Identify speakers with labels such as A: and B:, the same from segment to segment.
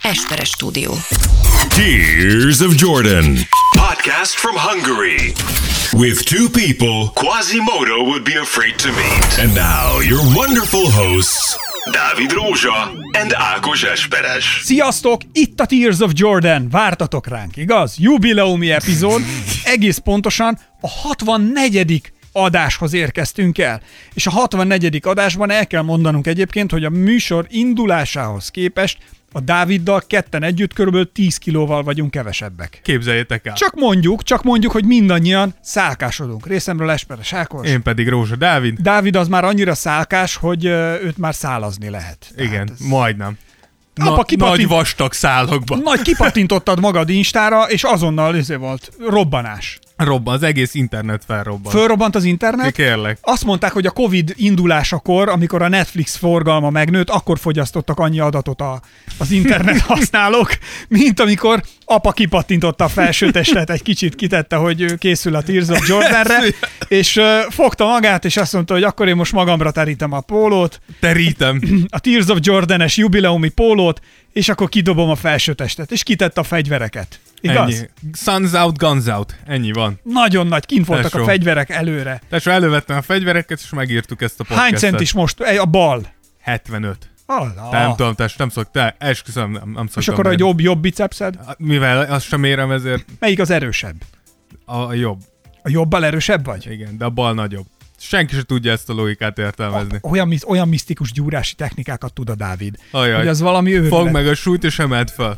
A: Esperes stúdió.
B: Tears of Jordan. Podcast from Hungary. With two people Quasimodo would be afraid to meet. And now your wonderful hosts, Dávid Rózsa and Ákos Esperes.
C: Sziasztok! Itt a Tears of Jordan. Vártatok ránk, igaz? Jubileumi epizód. Egész pontosan a 64. adáshoz érkeztünk el. És a 64. adásban el kell mondanunk egyébként, hogy a műsor indulásához képest a Dáviddal ketten együtt körülbelül 10 kilóval vagyunk kevesebbek.
D: Képzeljétek el.
C: Csak mondjuk, hogy mindannyian szálkásodunk. Részemről Esperes Ákos.
D: Én pedig Rózsa Dávid.
C: Dávid az már annyira szálkás, hogy őt már szálazni lehet.
D: Igen,
C: ez...
D: majdnem. Nagy vastag szálakban.
C: Nagy kipattintottad magad Instára, és azonnal volt robbanás.
D: Az egész internet felrobbant.
C: Fölrobbant az internet?
D: Kérlek.
C: Azt mondták, hogy a Covid indulásakor, amikor a Netflix forgalma megnőtt, akkor fogyasztottak annyi adatot az internet használók, mint amikor apa kipattintotta a felsőtestet, egy kicsit kitette, hogy készül a Tears of Jordanre, és fogta magát, és azt mondta, hogy akkor én most magamra terítem a pólót. A Tears of Jordan-es jubileumi pólót, és akkor kidobom a felsőtestet, és kitette a fegyvereket. Igaz?
D: Ennyi. Suns out, guns out. Ennyi van.
C: Nagyon nagy, kint voltak
D: Tesó.
C: a fegyverek előre.
D: Tesó, elővettem a fegyvereket, és megírtuk ezt a podcastet.
C: Hány centis most a bal?
D: 75.
C: Allah.
D: Nem tudom, nem szoktam, esküszöm, nem szoktam.
C: És akkor a jobb bicepszed?
D: Mivel azt sem érem, ezért...
C: Melyik az erősebb?
D: A jobb.
C: A jobbal erősebb vagy?
D: Igen, de a bal nagyobb. Senki se tudja ezt a logikát értelmezni.
C: Olyan misztikus gyúrási technikákat tud a Dávid.
D: Ajaj.
C: Hogy az valami őrület.
D: Fogd meg a súlyt, és emeld fel.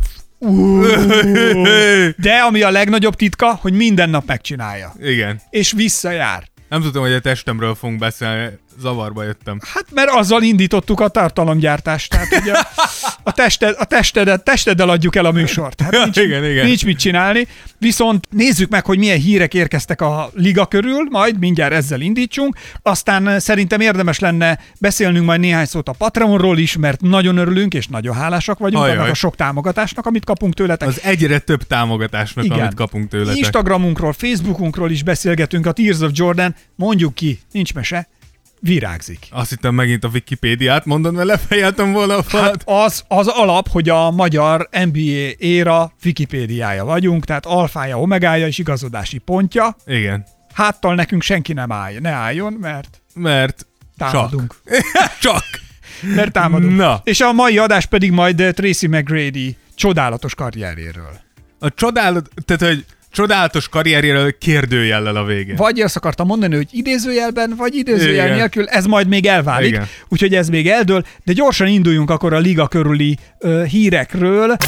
C: De ami a legnagyobb titka, hogy minden nap megcsinálja.
D: Igen.
C: És visszajár.
D: Nem tudom, hogy a testemről fogunk beszélni, zavarba jöttem.
C: Hát mert azzal indítottuk a tartalomgyártást. Tehát ugye a testeddel adjuk el a műsort. Hát nincs mit csinálni. Viszont nézzük meg, hogy milyen hírek érkeztek a liga körül, majd mindjárt ezzel indítsunk. Aztán szerintem érdemes lenne beszélnünk majd néhány szót a Patreonról is, mert nagyon örülünk és nagyon hálásak vagyunk annak a sok támogatásnak, amit kapunk tőletek.
D: Az egyre több támogatásnak, igen, amit kapunk tőletek.
C: Instagramunkról, Facebookunkról is beszélgetünk, a Tears of Jordan, mondjuk ki, nincs mese, virágzik.
D: Azt hittem megint a Wikipédiát mondod, mert lefejeltem volna a falat.
C: Hát az alap, hogy a magyar NBA éra Wikipédiája vagyunk, tehát alfája, omegája és igazodási pontja.
D: Igen.
C: Háttal nekünk senki ne álljon, mert támadunk.
D: Csak.
C: Mert támadunk.
D: Na.
C: És a mai adás pedig majd Tracy McGrady csodálatos karrierjéről.
D: Csodálatos karrierjéről kérdőjellel a végén.
C: Vagy azt akartam mondani, hogy idézőjelben, vagy idézőjel nélkül, ez majd még elválik, igen. Úgyhogy ez még eldől, de gyorsan induljunk akkor a liga körüli hírekről.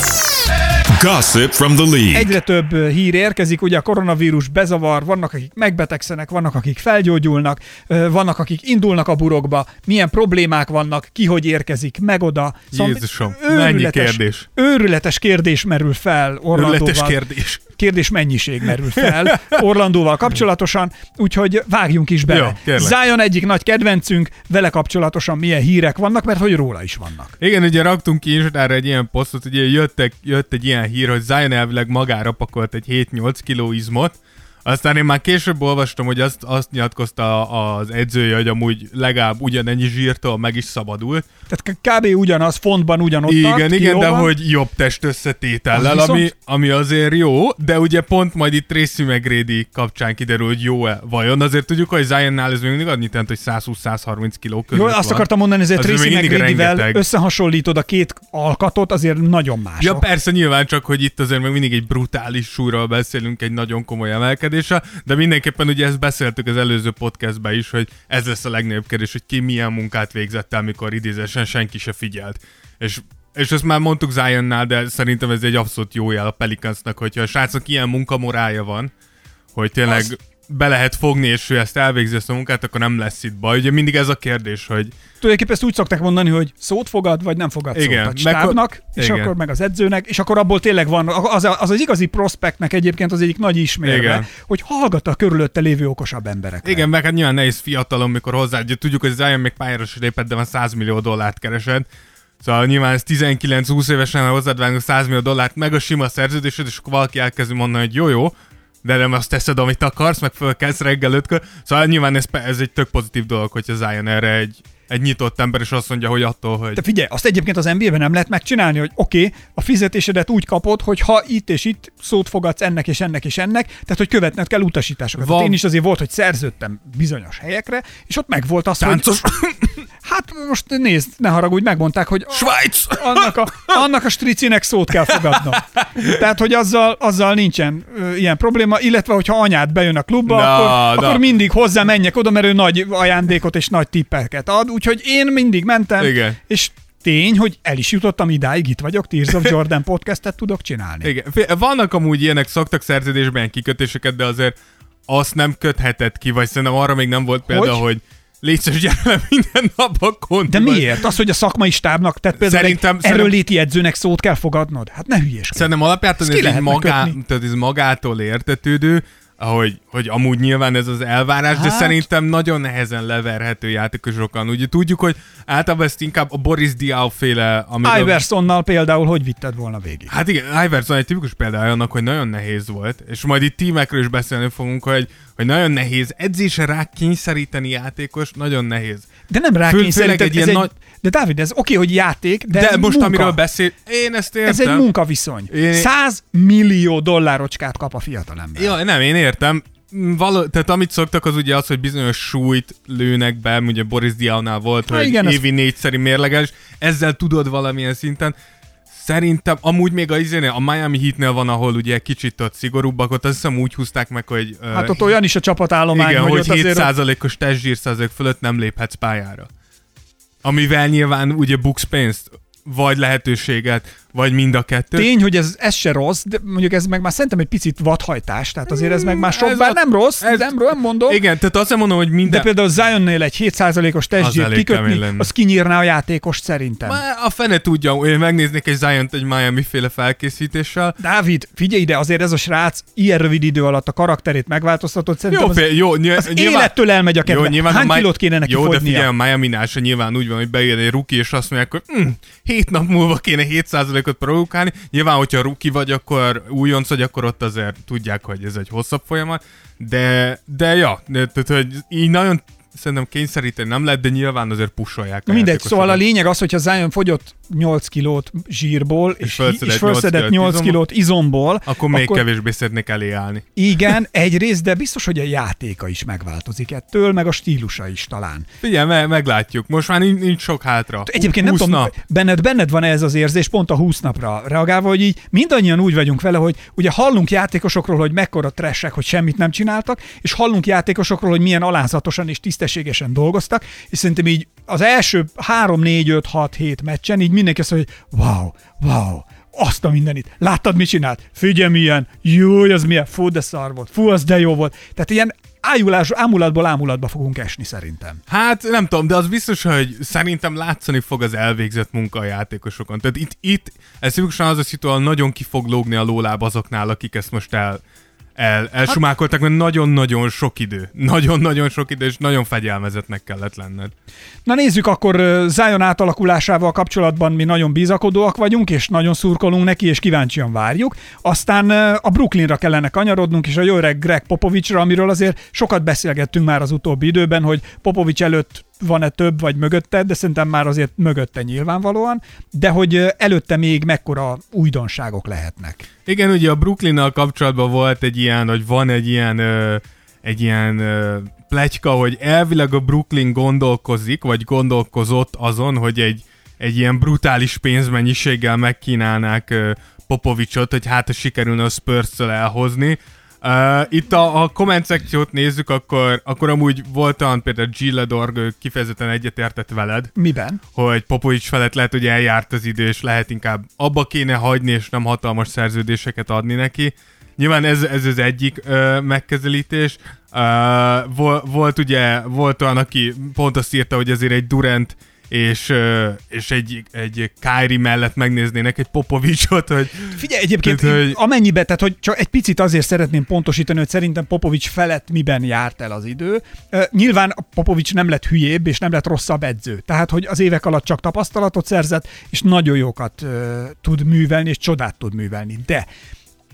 B: Gossip from the league.
C: Egyre több hír érkezik, ugye a koronavírus bezavar, vannak akik megbetegszenek, vannak akik felgyógyulnak, vannak akik indulnak a burokba, milyen problémák vannak, ki hogy érkezik meg oda.
D: Jézusom, mennyi kérdés.
C: Őrületes kérdés merül fel Orlandóval. Kérdés mennyiség merül fel Orlandóval kapcsolatosan, úgyhogy vágjunk is bele.
D: Jó,
C: Zion egyik nagy kedvencünk, vele kapcsolatosan milyen hírek vannak, mert hogy róla is vannak.
D: Igen, ugye raktunk ki Instára egy ilyen posztot, ugye jött egy ilyen hír, hogy Zion elvileg magára pakolt egy 7-8 kiló izmot, aztán én már később olvastam, hogy azt nyilatkozta az edzője, hogy amúgy legalább ugyanennyi zsírtól meg is szabadult.
C: Tehát kb. Ugyanaz, fontban ugyanott tart,
D: igen, de hogy jobb test összetétellel, ami azért jó, de ugye pont majd itt Tracy McGrady kapcsán kiderül, hogy jó-e vajon. Azért tudjuk, hogy Zionnál ez még mindig annyit jelent, hogy 120-130 kiló között van.
C: Azt akartam mondani, hogy Tracy McGrady-vel összehasonlítod a két alkatot, azért nagyon mások.
D: Ja persze, nyilván csak, hogy itt azért még mindig egy brutális súlyról beszélünk, egy nagyon komoly emelkedés. De mindenképpen ugye ezt beszéltük az előző podcastben is, hogy ez lesz a legnagyobb kérdés, hogy ki milyen munkát végzett el, mikor idézésen senki se figyelt. És ezt már mondtuk Zionnál, de szerintem ez egy abszolút jó jel a Pelicansnak, hogyha a srácnak ilyen munkamorálja van, hogy tényleg be lehet fogni, és ő ezt elvégzi ezt a munkát, akkor nem lesz itt baj. Ugye mindig ez a kérdés, hogy...
C: Tulajdonképpen ezt úgy szokták mondani, hogy szót fogad, vagy nem fogad szót a stábnak, és akkor meg az edzőnek, és akkor abból tényleg van, az igazi prospektnek egyébként az egyik nagy ismérve, hogy hallgat a körülötte lévő okosabb emberekre.
D: Igen, meg hát nyilván nehéz fiatalon, mikor hozzá, ugye tudjuk, hogy Zion még pályára is lépett, de van $100 millió keresett. Szóval nyilván ez 19-20 évesen, ha hozzád vágnak $100 millió, meg a sima szerződésed, és akkor valaki elkezdi mondani, hogy jó, de nem azt teszed, amit akarsz, meg fölkelsz reggel 5-kor. Szóval nyilván ez egy tök pozitív dolog, hogyha Zion erre egy egy nyitott ember, és azt mondja, hogy attól, hogy...
C: De figyelj, azt egyébként az NBA-ben nem lehet megcsinálni, hogy oké, a fizetésedet úgy kapod, hogy ha itt és itt szót fogadsz ennek és ennek és ennek, tehát hogy követned kell utasításokat. Hát én is azért volt, hogy szerződtem bizonyos helyekre, és ott meg volt az,
D: Táncos.
C: hogy... Hát most nézd, ne haragudj, megmondták, hogy
D: Svájc!
C: annak a stricinek szót kell fogadnom. Tehát, hogy azzal nincsen ilyen probléma, illetve, hogyha anyád bejön a klubba, akkor mindig hozzá menjek oda, mert ő nagy ajándékot és nagy tippeket ad, úgyhogy én mindig mentem,
D: igen.
C: És tény, hogy el is jutottam idáig, itt vagyok, Tears of Jordan podcastet tudok csinálni.
D: Igen. Vannak amúgy ilyenek, szoktak szerződésben ilyen kikötéseket, de azért azt nem kötheted ki, vagy szerintem arra még nem volt példa, hogy létszes, gyere le minden nap a kondiba.
C: De miért? Az, hogy a szakmai stábnak, tehát például egy erőléti edzőnek szót kell fogadnod? Hát ne hülyeskedj.
D: Szerintem alapjártan ez magától értetődő, hogy amúgy nyilván ez az elvárás, de szerintem nagyon nehezen leverhető játékosokon. Ugye tudjuk, hogy általában ezt inkább a Boris Diaw féle...
C: Iversonnal például hogy vitted volna végig?
D: Hát igen, Iverson egy tipikus példája annak, hogy nagyon nehéz volt, és majd itt tímekről is beszélni fogunk, hogy nagyon nehéz edzésre rá kényszeríteni játékos, nagyon nehéz.
C: De nem rá kényszeríteni, de Dávid, ez oké, hogy játék, de ez
D: most
C: munka.
D: Amiről beszél, én ezt értem.
C: Ez egy munkaviszony. 100 millió dollárocskát kap a fiatalember.
D: Ja, nem, én értem. Tehát amit szoktak, az ugye az, hogy bizonyos súlyt lőnek be, ugye Boris Diawnál volt, hogy igen, évi 4-szeri mérlegelés, ezzel tudod valamilyen szinten. Szerintem amúgy még a Miami Heatnél van, ahol ugye kicsit ott szigorúbbak, ott azt hiszem úgy húzták meg, hogy...
C: Hát ott olyan is a csapatállomány,
D: igen, hogy 7%-os testzsírszázalék fölött nem léphetsz pályára. Amivel nyilván ugye buksz pénzt, vagy lehetőséget, vagy mind a kettő.
C: Tény, hogy ez se rossz, de mondjuk ez meg már szerintem egy picit vadhajtás, tehát azért ez meg már sok, bár nem rossz, nem mondom.
D: Igen, tehát azt mondom, hogy minden...
C: De például Zionnél egy 7%-os testzsírt kikötni, az kinyírná a játékost szerintem.
D: A fene tudja, én megnéznék egy Ziont egy Miami-féle felkészítéssel.
C: Dávid, figyelj ide, azért ez a srác ilyen rövid idő alatt a karakterét megváltoztatott, szerintem az élettől elmegy a kedve. Hány kilót kéne neki fogynia?
D: Jó, de figyelj, a Miami-nál se nyilván úgy van, hogy bejön egy rookie, és azt mondják, hogy 7 nap múlva kéne 7%-ot provokálni. Nyilván, hogyha rookie vagy, akkor újonc vagy, akkor ott azért tudják, hogy ez egy hosszabb folyamat. De tehát, hogy így nagyon szerintem kényszeríteni nem lehet, de nyilván azért pusolják.
C: Mindegy, szóval a lényeg az, hogyha Zion fogyott 8 kilót zsírból, és felszedett 8 kilót izomból,
D: akkor még kevésbé szeretnék elé állni.
C: Igen, egyrészt, de biztos, hogy a játéka is megváltozik ettől, meg a stílusa is talán.
D: Figyelj, meglátjuk. Most már nincs sok hátra.
C: Egyébként nem tudom, benned van ez az érzés pont a 20 napra reagálva, hogy így mindannyian úgy vagyunk vele, hogy ugye hallunk játékosokról, hogy mekkora trashek, hogy semmit nem csináltak, és hallunk játékosokról, hogy milyen alázatosan és tisztességesen dolgoztak, és szerintem így az első 3, 4, 5, 6, 7 meccsen így mindenki azt mondja, hogy wow, azt a mindenit. Láttad, mit csinált? Figyelj milyen, jó, az milyen, fú, de szar volt, fú, az de jó volt. Tehát ilyen ámulatból ámulatba fogunk esni szerintem.
D: Hát nem tudom, de az biztos, hogy szerintem látszani fog az elvégzett munka a játékosokon. Tehát itt ez szívüksön az a szitu, ahol nagyon ki fog lógni a lóláb azoknál, akik ezt most elsumákoltak, mert nagyon-nagyon sok idő. Nagyon-nagyon sok idő, és nagyon fegyelmezetnek kellett lenned.
C: Na nézzük, akkor Zion átalakulásával kapcsolatban mi nagyon bizakodóak vagyunk, és nagyon szurkolunk neki, és kíváncsian várjuk. Aztán a Brooklynra kellene kanyarodnunk, és a jó öreg Greg Popovichra, amiről azért sokat beszélgettünk már az utóbbi időben, hogy Popovich előtt van-e több vagy mögötte, de szerintem már azért mögötte nyilvánvalóan, de hogy előtte még mekkora újdonságok lehetnek.
D: Igen, ugye a Brooklynnal kapcsolatban volt egy ilyen, hogy van egy ilyen pletyka, hogy elvileg a Brooklyn gondolkozik, vagy gondolkozott azon, hogy egy ilyen brutális pénzmennyiséggel megkínálnák Popovichot, hogy hát sikerülne a Spurs-től elhozni. Itt a komment szekciót nézzük, akkor amúgy volt olyan például G. Ledorg kifejezetten egyetértett veled.
C: Miben?
D: Hogy Popovich felett lehet, hogy eljárt az idő, és lehet inkább abba kéne hagyni, és nem hatalmas szerződéseket adni neki. Nyilván ez az egyik megközelítés. Volt olyan, aki pont azt írta, hogy ezért egy Durant és egy Kyrie mellett megnéznének egy Popovichot, hogy...
C: Figyelj, egyébként amennyiben, tehát hogy csak egy picit azért szeretném pontosítani, hogy szerintem Popovich felett miben járt el az idő. Nyilván Popovich nem lett hülyébb, és nem lett rosszabb edző. Tehát, hogy az évek alatt csak tapasztalatot szerzett, és nagyon jókat tud művelni, és csodát tud művelni. De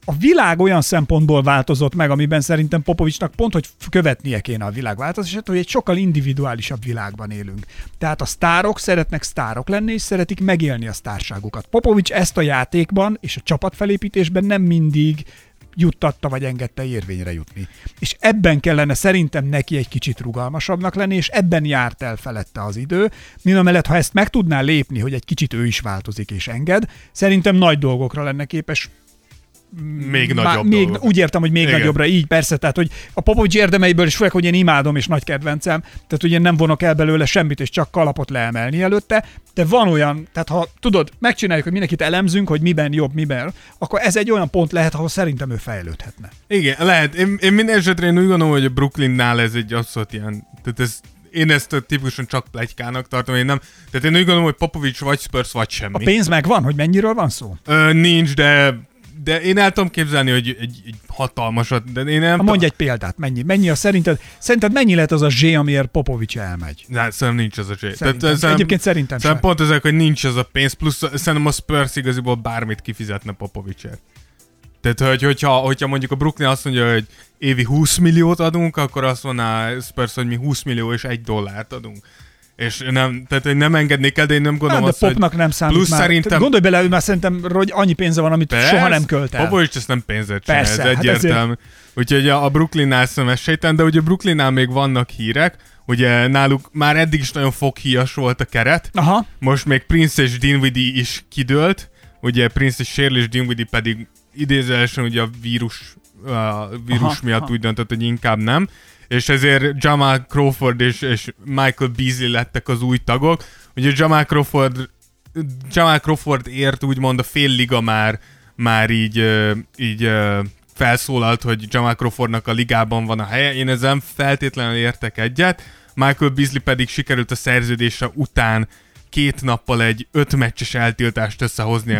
C: a világ olyan szempontból változott meg, amiben szerintem Popovicsnak pont, hogy követnie kéne a világ változását, hogy egy sokkal individuálisabb világban élünk. Tehát a sztárok szeretnek sztárok lenni, és szeretik megélni a sztárságukat. Popovics ezt a játékban és a csapatfelépítésben nem mindig juttatta, vagy engedte érvényre jutni. És ebben kellene szerintem neki egy kicsit rugalmasabbnak lenni, és ebben járt el felette az idő. Mindamellett, ha ezt meg tudná lépni, hogy egy kicsit ő is változik és enged, szerintem nagy dolgokra lenne képes.
D: Még nagyobb
C: úgy értem, hogy még nagyobbra, így persze, tehát hogy a Popovics érdemeiből is főleg, hogy én imádom és nagy kedvencem, tehát hogy én nem vonok el belőle semmit, és csak kalapot leemelni előtte, de van olyan, tehát ha tudod, megcsináljuk, hogy mindenkit elemzünk, hogy miben jobb, miben, akkor ez egy olyan pont lehet, ahol szerintem ő fejlődhetne.
D: Igen, lehet. Én minden esetre úgy gondolom, hogy a Brooklynnál ez egy abszolút ilyen, tehát én ezt típuson csak pletykának tartom, tehát én úgy gondolom, hogy Popovics vagy Spurs vagy semmi.
C: A pénz megvan, hogy mennyiről van szó?
D: Nincs, de én el tudom képzelni, hogy egy hatalmasat, de én nem...
C: Mondj egy példát, mennyi a szerinted mennyi lehet az a zsé, amiért Popovics elmegy?
D: Szerintem nincs az a zsé.
C: Egyébként szerintem sem.
D: Pont ezek, hogy nincs az a pénz, plusz szerintem a Spurs igaziból bármit kifizetne Popovicsért. Tehát, hogyha mondjuk a Brooklyn azt mondja, hogy évi 20 milliót adunk, akkor azt mondná Spurs, hogy mi 20 millió és $1 adunk. És tehát, hogy nem engednék el, de én nem gondolom azt,
C: Popnak
D: hogy...
C: nem számít
D: plusz
C: már.
D: Szerintem...
C: Gondolj bele, hogy már szerintem hogy annyi pénze van, amit soha nem költ el.
D: Popovics ezt nem pénzért csinál,
C: Persze,
D: ez egyértelmű. Úgyhogy a Brooklynnál szemes sejten, de ugye a Brooklynnál még vannak hírek, ugye náluk már eddig is nagyon foghíjas volt a keret,
C: Aha.
D: Most még Prince és Dinwiddie is kidőlt, ugye Prince és sérülés, Dinwiddie pedig idézőjelesen ugye a vírus miatt úgy döntött, hogy inkább nem, és ezért Jamal Crawford és Michael Beasley lettek az új tagok. Ugye Jamal Crawford ért úgymond a fél liga már így felszólalt, hogy Jamal Crawfordnak a ligában van a helye. Én ezzel feltétlenül értek egyet. Michael Beasley pedig sikerült a szerződése után 2 nappal egy 5 meccses eltiltást összehozni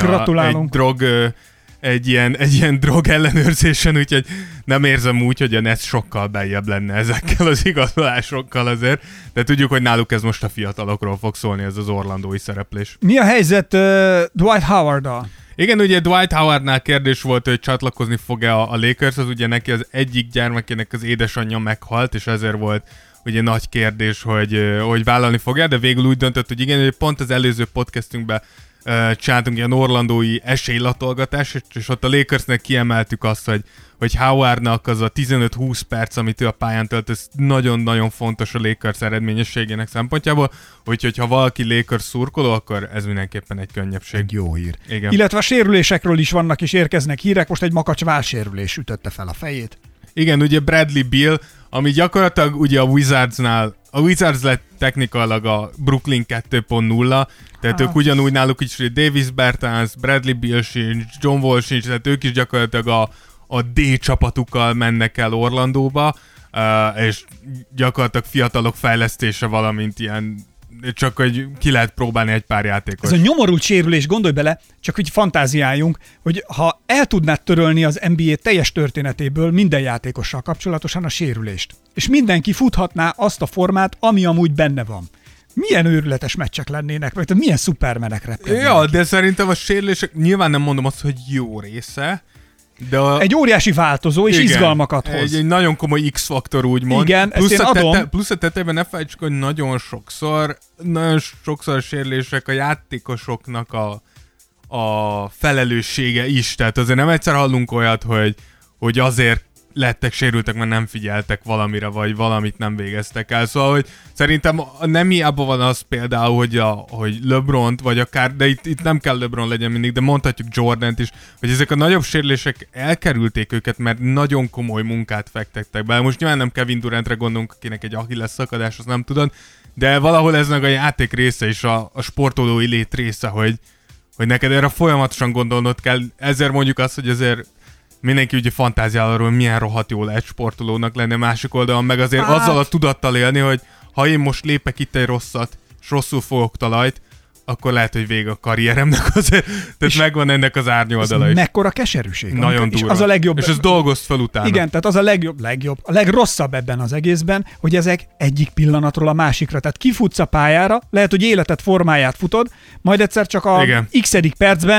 D: egy ilyen drog ellenőrzésen, úgyhogy nem érzem úgy, hogy a Nets sokkal beljebb lenne ezekkel az igazolásokkal azért, de tudjuk, hogy náluk ez most a fiatalokról fog szólni, ez az orlandói szereplés.
C: Mi a helyzet Dwight Howard-dal?
D: Igen, ugye Dwight Howardnál kérdés volt, hogy csatlakozni fog-e a Lakers, az ugye neki az egyik gyermekének az édesanyja meghalt, és ezért volt ugye nagy kérdés, hogy vállalni fogja, de végül úgy döntött, hogy igen, hogy pont az előző podcastünkben csináltunk ilyen orlandói esélylatolgatást, és ott a Lakersnek kiemeltük azt, hogy Howardnak az a 15-20 perc, amit ő a pályán tölt, ez nagyon-nagyon fontos a Lakers eredményességének szempontjából, úgyhogy ha valaki Lakers szurkoló, akkor ez mindenképpen egy könnyebbség.
C: Egy jó hír.
D: Igen.
C: Illetve a sérülésekről is vannak és érkeznek hírek, most egy makacs vállsérülés ütötte fel a fejét.
D: Igen, ugye Bradley Beal, ami gyakorlatilag ugye a Wizards lett technikailag a Brooklyn 2.0, tehát ők ugyanúgy náluk is, hogy Davis Bertans, Bradley Beal sincs, John Wall sincs, tehát ők is gyakorlatilag a D csapatukkal mennek el Orlandóba, és gyakorlatilag fiatalok fejlesztése, valamint ilyen csak hogy ki lehet próbálni egy pár játékot.
C: Ez a nyomorult sérülés, gondolj bele, csak hogy fantáziáljunk, hogy ha el tudnád törölni az NBA teljes történetéből minden játékossal kapcsolatosan a sérülést, és mindenki futhatná azt a formát, ami amúgy benne van. Milyen őrületes meccsek lennének, vagy milyen szupermenek repkednének.
D: Ja, de szerintem a sérülések, nyilván nem mondom azt, hogy jó része, de
C: egy óriási változó és igen, izgalmakat hoz.
D: Egy nagyon komoly X-faktor úgymond.
C: Igen,
D: plusz
C: ezt én adom.
D: Plusz a tetejében ne felejtsük, hogy nagyon sokszor a sérülések a játékosoknak a felelőssége is. Tehát azért nem egyszer hallunk olyat, hogy azért lettek sérültek, mert nem figyeltek valamire, vagy valamit nem végeztek el. Szóval, hogy szerintem nem hiába van az például, hogy LeBront, vagy akár, de itt nem kell LeBron legyen mindig, de mondhatjuk Jordant is, hogy ezek a nagyobb sérülések elkerülték őket, mert nagyon komoly munkát fektettek be. Most nyilván nem Kevin Durantre gondolunk, akinek egy Achilles szakadás, azt nem tudod, de valahol ez meg a játék része is, a sportolói lét része, hogy neked erre folyamatosan gondolnod kell. Ezért mondjuk azt, hogy azért mindenki ugye fantáziál arról, hogy milyen rohadt jó lehet sportolónak lenni, másik oldalon meg azért azzal a tudattal élni, hogy ha én most lépek itt egy rosszat, és rosszul fogok talajt, akkor lehet, hogy vége a karrieremnek azért. Tehát megvan ennek az árnyoldala is.
C: Mekkora keserűség.
D: Nagyon durva.
C: És az a legjobb.
D: És ezt dolgozt fel utána.
C: Igen, tehát az a legjobb. A legrosszabb ebben az egészben, hogy ezek egyik pillanatról a másikra. Tehát kifutsz a pályára, lehet, hogy életed formáját futod, majd egyszer csak a x-edik percben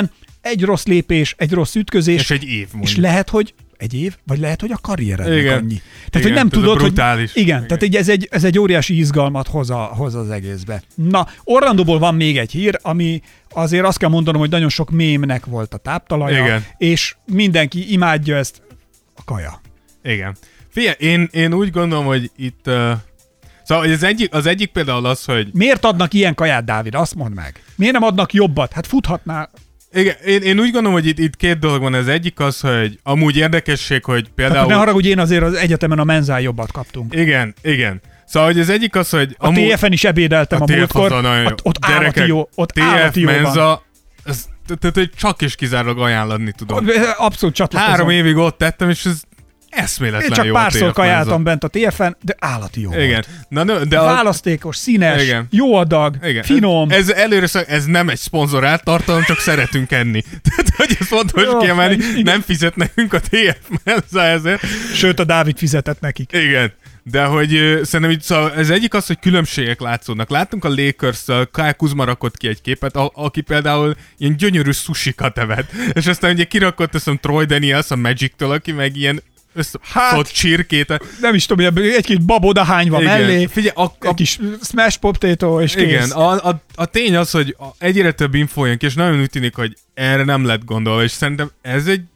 C: egy rossz lépés, egy rossz ütközés.
D: És egy év mondjuk.
C: És lehet, hogy egy év, vagy lehet, hogy a karrierednek
D: igen.
C: annyi. Tehát, hogy nem tudod, hogy...
D: Igen,
C: igen, tehát ez egy óriási izgalmat hoz az egészbe. Na, Orlandóból van még egy hír, ami azért azt kell mondanom, hogy nagyon sok mémnek volt a táptalaja,
D: igen.
C: és mindenki imádja ezt a kaja.
D: Igen. Figyelj, én úgy gondolom, hogy itt... Szóval az egyik például az, hogy...
C: Miért adnak ilyen kaját, Dávid? Azt mondd meg. Miért nem adnak jobbat? Hát futhatnál...
D: Igen, én úgy gondolom, hogy itt két dolog van. Az egyik az, hogy amúgy érdekesség, hogy például...
C: Tehát ne haragudj, én azért az egyetemen a menzán jobbat kaptunk.
D: Igen. Szóval, hogy az egyik az, hogy...
C: A TF-en is ebédeltem a múltkor. Ott állati jó. Ott állati jó
D: menza, tehát, hogy csak és kizárólag ajánlani tudom.
C: Abszolút csatlakozom.
D: 3 évig ott tettem, és ez eszméletlen jó.
C: Én csak párszor kajáltam bent a TF-en, de állati jó
D: igen.
C: volt. De választékos, színes, igen. Jó adag, igen. Finom.
D: Ez nem egy szponzorált tartalom, csak szeretünk enni. Tehát, hogy ezt fontos kiemelni, nem fizet nekünk a TF Menza ezért.
C: Sőt, a Dávid fizetett nekik.
D: Igen. De hogy szerintem itt, szóval ez egyik az, hogy különbségek látszódnak. Láttunk a Lakers-szal, Kyle Kuzma rakott ki egy képet, aki például ilyen gyönyörű sushikat evett. És aztán ugye kirakott azt Troy Daniels a Magic-től, aki meg ilyen csirkét.
C: Nem is tudom, egy-két babodahány van
D: igen.
C: mellé,
D: figyelj,
C: egy kis smash potato, és kész.
D: Igen, a tény az, hogy egyre több info jön ki, és nagyon úgy tűnik, hogy erre nem lett gondolva, és szerintem ez egy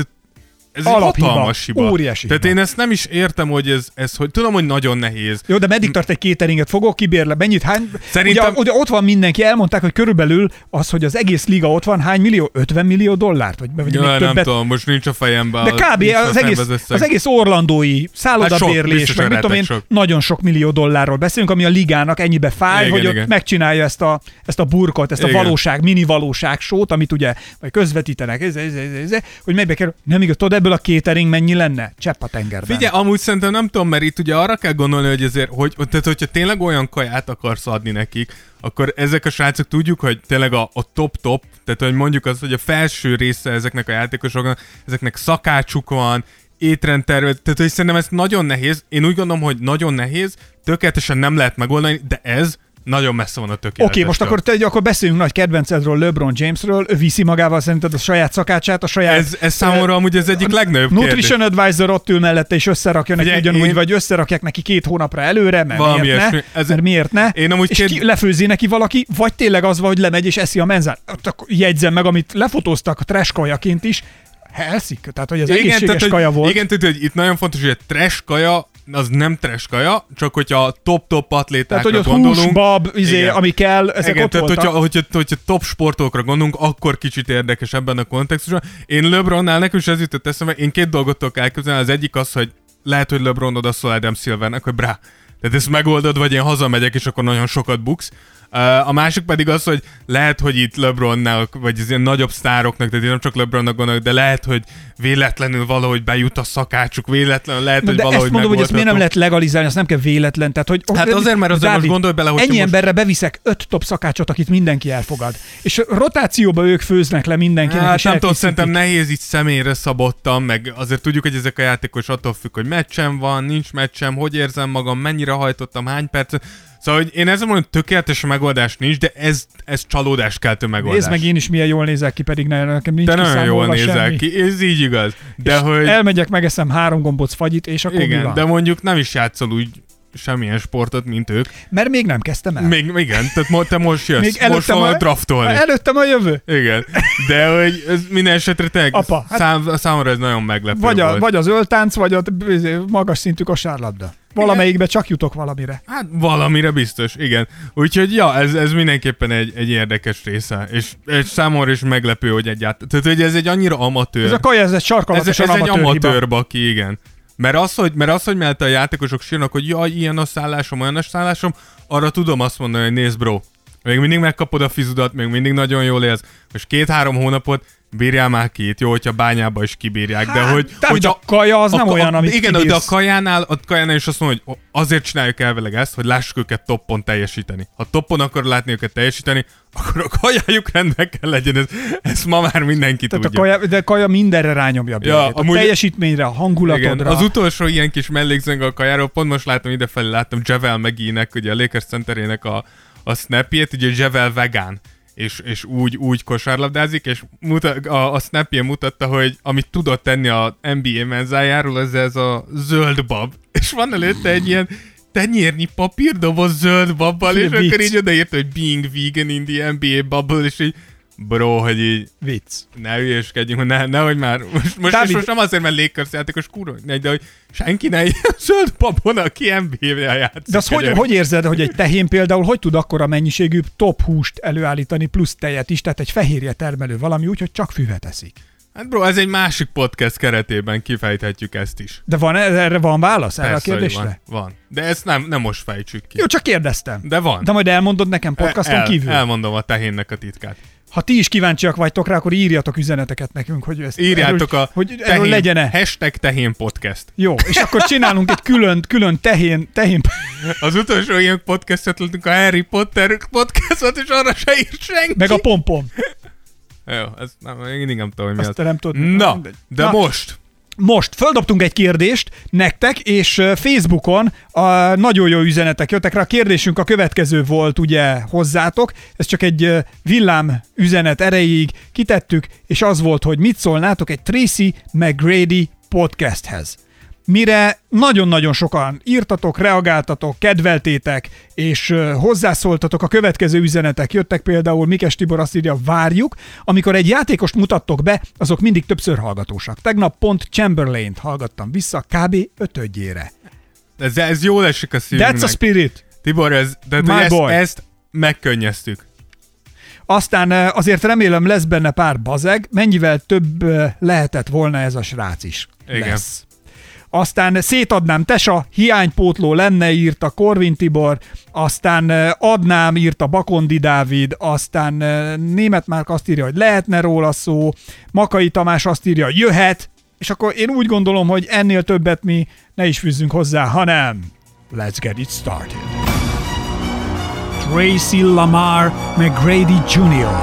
D: hatalmas hiba.
C: Óriási
D: Tehát
C: hiba.
D: én ezt nem is értem, hogy ez hogy tudom, hogy nagyon nehéz.
C: Jó, de meddig tart egy cateringet? Fogok kibérle? Mennyit? Hány?
D: Szerintem...
C: Ugye ott van mindenki, elmondták, hogy körülbelül az, hogy az egész liga ott van, hány millió? 50 millió dollárt? Vagy még
D: nem
C: többet?
D: tudom, most nincs a fejemben.
C: De kb. Az egész orlandói szállodabérlés, meg mit tudom én, nagyon sok millió dollárról beszélünk, ami a ligának ennyibe fáj, igen, hogy ott megcsinálja ezt a burkot, ezt a valóság, mini valóság sót, amit ugye vagy közvetítenek, hogy melybe kerül. Nem igaz, tudod, ebből a catering mennyi lenne? Csepp a tengerben.
D: Figyelj, amúgy szerintem nem tudom, mert itt ugye arra kell gondolni, hogy azért, tehát hogyha tényleg olyan kaját akarsz adni nekik, akkor ezek a srácok tudjuk, hogy tényleg a top, tehát hogy mondjuk az, hogy a felső része ezeknek a játékosoknak, ezeknek szakácsuk van, étrendtervez, tehát hogy szerintem ez nagyon nehéz, én úgy gondolom, hogy nagyon nehéz, tökéletesen nem lehet megoldani, de ez nagyon messze van a tökéletestől.
C: Oké, most akkor beszéljünk nagy kedvencedről, LeBron Jamesről. Ő viszi magával szerinted a saját szakácsát, a saját...
D: Ez számomra amúgy az egyik legnagyobb kérdés.
C: Nutrition Advisor ott ül mellette, és összerakja neki ugyanúgy, vagy összerakják neki 2 hónapra előre, mert miért ne?
D: Én amúgy
C: és lefőzi neki valaki, vagy tényleg az van, hogy lemegy és eszi a menzán. Jegyzem meg, amit lefotóztak a trash kajaként is, elszik. Tehát, hogy az egészséges kaja volt.
D: Igen, tehát, hogy itt nagyon fontos, hogy a trash kaja az nem trash kaja, csak hogyha top atlétákra
C: tehát, hogy
D: gondolunk.
C: Hús, bab, ami kell, ezek
D: igen,
C: ott
D: tehát,
C: voltak.
D: hogyha top sportolókra gondolunk, akkor kicsit érdekes ebben a kontextusban. Én LeBronnál nekem is ez jutott eszembe, én 2 dolgot tudok elképzelni. Az egyik az, hogy lehet, hogy LeBron odaszól Adam Silvernek, hogy brá, tehát ezt megoldod, vagy én hazamegyek, és akkor nagyon sokat buksz. A másik pedig az, hogy lehet, hogy itt LeBronnál, vagy az ilyen nagyobb sztároknak, tehát én nem csak LeBronnak gondolok, de lehet, hogy véletlenül valahogy bejut a szakácsuk, véletlenül lehet, hogy valahogy
C: ezt mondom, hogy ezt miért nem lehet legalizálni, azt nem kell véletlen. Tehát, hogy,
D: hát azért, mert azért most gondolj bele, hogy
C: ennyi emberre beviszek 5 top szakácsot, akit mindenki elfogad. És rotációba ők főznek le mindenkinek.
D: Hát nem tudom, szerintem nehéz így személyre szabottam, meg azért tudjuk, hogy ezek a játékos attól függ, hogy meccsem van, nincs meccsem, hogy érzem magam, mennyire hajtottam, hány percet. Szóval, hogy én ezzel mondom, hogy tökéletes megoldás nincs, de ez csalódáskeltő megoldás.
C: Nézd meg, én is milyen jól nézek ki, pedig nekem nincs.
D: De nagyon jól nézek ki, ez így igaz. De hogy...
C: Elmegyek, megeszem 3 gombóc fagyit, és akkor
D: igen,
C: mi van?
D: de mondjuk nem is játszol úgy semmilyen sportot, mint ők.
C: Mert még nem kezdtem el.
D: Igen, tehát te most jössz, még most van draftolni.
C: Előttem a jövő.
D: Igen, de hogy ez minden esetre tényleg számomra ez nagyon meglepő volt.
C: Vagy az öltánc, vagy a magas szintű kosárlabda. Valamelyikbe csak jutok valamire.
D: Hát valamire biztos, igen. Úgyhogy ja, ez mindenképpen egy érdekes része. És számomra is meglepő, hogy egyáltalán. Tehát, hogy ez egy annyira amatőr.
C: Ez a kaja, ez egy sarkalatosan
D: amatőr. Ez egy amatőr baki, igen. Mert az, hogy mellett a játékosok sírnak, hogy jaj, ilyen a szállásom, olyan a szállásom, arra tudom azt mondani, hogy nézd bro, még mindig megkapod a fizudat, még mindig nagyon jól élsz. Most 2-3 hónapot bírjál már ki itt, jó, hogyha Bányába is kibírják, de hogy
C: a kaja az nem olyan, amit
D: igen,
C: kibírsz.
D: de a kajánál is azt mondom, hogy azért csináljuk elvileg ezt, hogy lássuk őket toppon teljesíteni. Ha toppon akar látni őket teljesíteni, akkor a kajájuk rendben kell legyen, ezt ma már mindenki
C: tehát
D: tudja.
C: De a kaja mindenre rányomja a teljesítményre, a hangulatodra.
D: Igen, az utolsó ilyen kis mellékzőnk a kajáról, pont most láttam JaVale McGee-nek, ugye a Lakers centerének a snapjét, ugye JaVale vegán. és úgy kosárlabdázik, és a Snapjén mutatta, hogy amit tudott tenni a NBA menzájáról, ez a zöld bab. És van előtte egy ilyen tenyérnyi papírdoboz zöld babbal, és akkor így odaírta, hogy being vegan in the NBA bubble, és így bro, hogy így...
C: Vicc.
D: Ne hülyeskedjünk, nehogy már... Most nem azért, mert Lakers játékos kurva, de hogy senki ne ilyen zöld babon, aki NBA-vel játszik.
C: De azt hogy érzed, hogy egy tehén például hogy tud akkora mennyiségű top húst előállítani, plusz tejet is, tehát egy fehérje termelő valami úgy, hogy csak füvet eszik?
D: Hát bro, ez egy másik podcast keretében kifejthetjük ezt is.
C: De erre van válasz erre
D: Persze,
C: a kérdésre?
D: Van. De ezt nem most fejtsük ki.
C: Jó, csak kérdeztem.
D: De van.
C: De majd elmondod nekem podcaston kívül?
D: Elmondom a tehénnek a titkát.
C: Ha ti is kíváncsiak vagytok rá, akkor írjatok üzeneteket nekünk, hogy ezt
D: írjátok
C: erről legyen-e.
D: #tehén podcast.
C: Jó, és akkor csinálunk egy külön tehén.
D: Az utolsó ilyen podcastot lettünk, a Harry Potter podcastot, és arra se írt senki.
C: Meg a pompom.
D: Jó, ez mindig nem tudom, hogy mi
C: azt nem tudod.
D: Na, de most...
C: Most földobtunk egy kérdést nektek, és Facebookon nagyon jó üzenetek jöttek rá. A kérdésünk a következő volt ugye hozzátok. Ez csak egy villám üzenet erejéig kitettük, és az volt, hogy mit szólnátok egy Tracy McGrady podcasthez. Mire nagyon-nagyon sokan írtatok, reagáltatok, kedveltétek, és hozzászóltatok, a következő üzenetek jöttek, például Mikes Tibor azt írja, várjuk, amikor egy játékost mutattok be, azok mindig többször hallgatósak. Tegnap pont Chamberlain-t hallgattam vissza kb. 5-ödjére.
D: Ez jól esik a szívünknek.
C: That's a spirit.
D: Tibor, ezt megkönnyeztük.
C: Aztán azért remélem lesz benne pár bazeg, mennyivel több lehetett volna ez a srác is.
D: Igen.
C: Lesz. Aztán szétadnám Tesa, hiánypótló lenne, írta Korvin Tibor, aztán adnám, írta Bakondi Dávid, aztán Németh Márk azt írja, hogy lehetne róla szó, Makai Tamás azt írja, jöhet, és akkor én úgy gondolom, hogy ennél többet mi ne is fűzzünk hozzá, hanem let's get it started. Tracy Lamar McGrady Jr.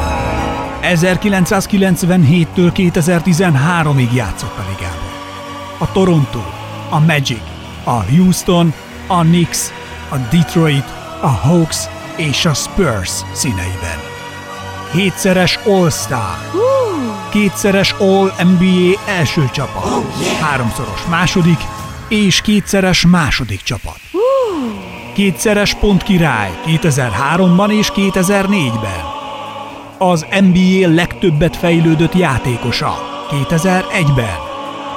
C: 1997-től 2013-ig játszott a ligában. A Toronto, a Magic, a Houston, a Knicks, a Detroit, a Hawks és a Spurs színeiben. 7-szeres All-Star, 2-szeres All-NBA első csapat, 3-szoros második és 2-szeres második csapat. 2-szeres pontkirály 2003-ban és 2004-ben. Az NBA legtöbbet fejlődött játékosa 2001-ben.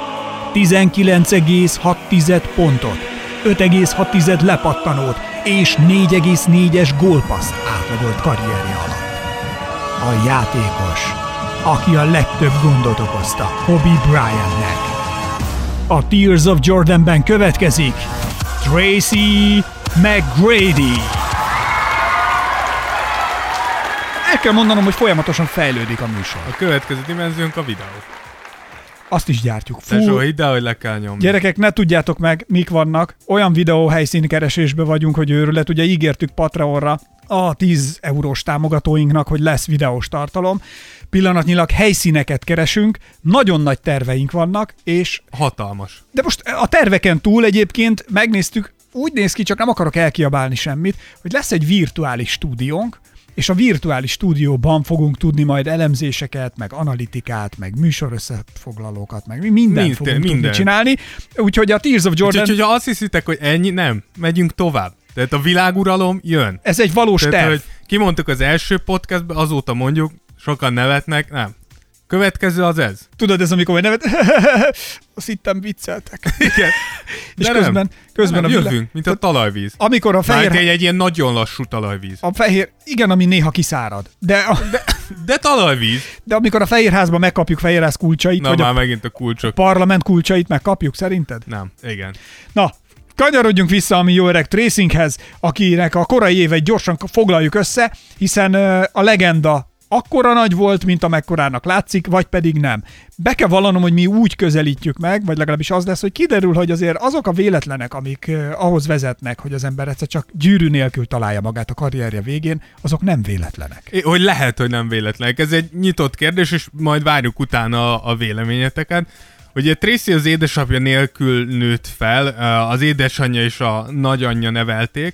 C: 19,6 pontot, 5,6 lepattanót és 4,4-es gólpasszt átlagolt karrierje alatt. A játékos, aki a legtöbb gondot okozta Kobe Bryantnek. A Tears of Jordanben következik Tracy McGrady. El kell mondanom, hogy folyamatosan fejlődik a műsor.
D: A következő dimenziónk a videó.
C: Azt is gyártjuk.
D: Tesó, hidd el, hogy le kell nyomni.
C: Gyerekek, ne tudjátok meg, mik vannak. Olyan videó helyszínkeresésben vagyunk, hogy őrület. Ugye ígértük Patreonra a 10 eurós támogatóinknak, hogy lesz videós tartalom. Pillanatnyilag helyszíneket keresünk, nagyon nagy terveink vannak, és...
D: Hatalmas.
C: De most a terveken túl egyébként megnéztük, úgy néz ki, csak nem akarok elkiabálni semmit, hogy lesz egy virtuális stúdiónk, és a virtuális stúdióban fogunk tudni majd elemzéseket, meg analitikát, meg műsorösszefoglalókat, meg mindent fogunk tudni csinálni. Úgyhogy a Tears of Jordan...
D: Úgyhogy ha azt hiszitek, hogy ennyi, nem, megyünk tovább. Tehát a világuralom jön.
C: Ez egy valós terv.
D: Hogy kimondtuk az első podcastben, azóta mondjuk, sokan nevetnek, nem. Következő az ez.
C: Tudod, ez amikor nevet... Azt hittem vicceltek.
D: Igen.
C: És közben
D: nem, jövünk, mint a talajvíz.
C: Amikor a fehér...
D: egy ilyen nagyon lassú talajvíz.
C: A fehér... Igen, ami néha kiszárad.
D: De talajvíz.
C: De amikor a Fehérházban megkapjuk Fehérház kulcsait,
D: na,
C: vagy
D: már
C: a
D: megint a kulcsok.
C: Parlament kulcsait megkapjuk, szerinted?
D: Nem, igen.
C: Na, kanyarodjunk vissza a mi jó öreg Tracinghez, akinek a korai éveit gyorsan foglaljuk össze, hiszen a legenda akkora nagy volt, mint amekkorának látszik, vagy pedig nem. Be kell vallanom, hogy mi úgy közelítjük meg, vagy legalábbis az lesz, hogy kiderül, hogy azért azok a véletlenek, amik ahhoz vezetnek, hogy az ember egyszer csak gyűrű nélkül találja magát a karrierje végén, azok nem véletlenek.
D: Hogy lehet, hogy nem véletlenek. Ez egy nyitott kérdés, és majd várjuk utána a véleményeteket. Ugye Tracy az édesapja nélkül nőtt fel, az édesanyja és a nagyanyja nevelték,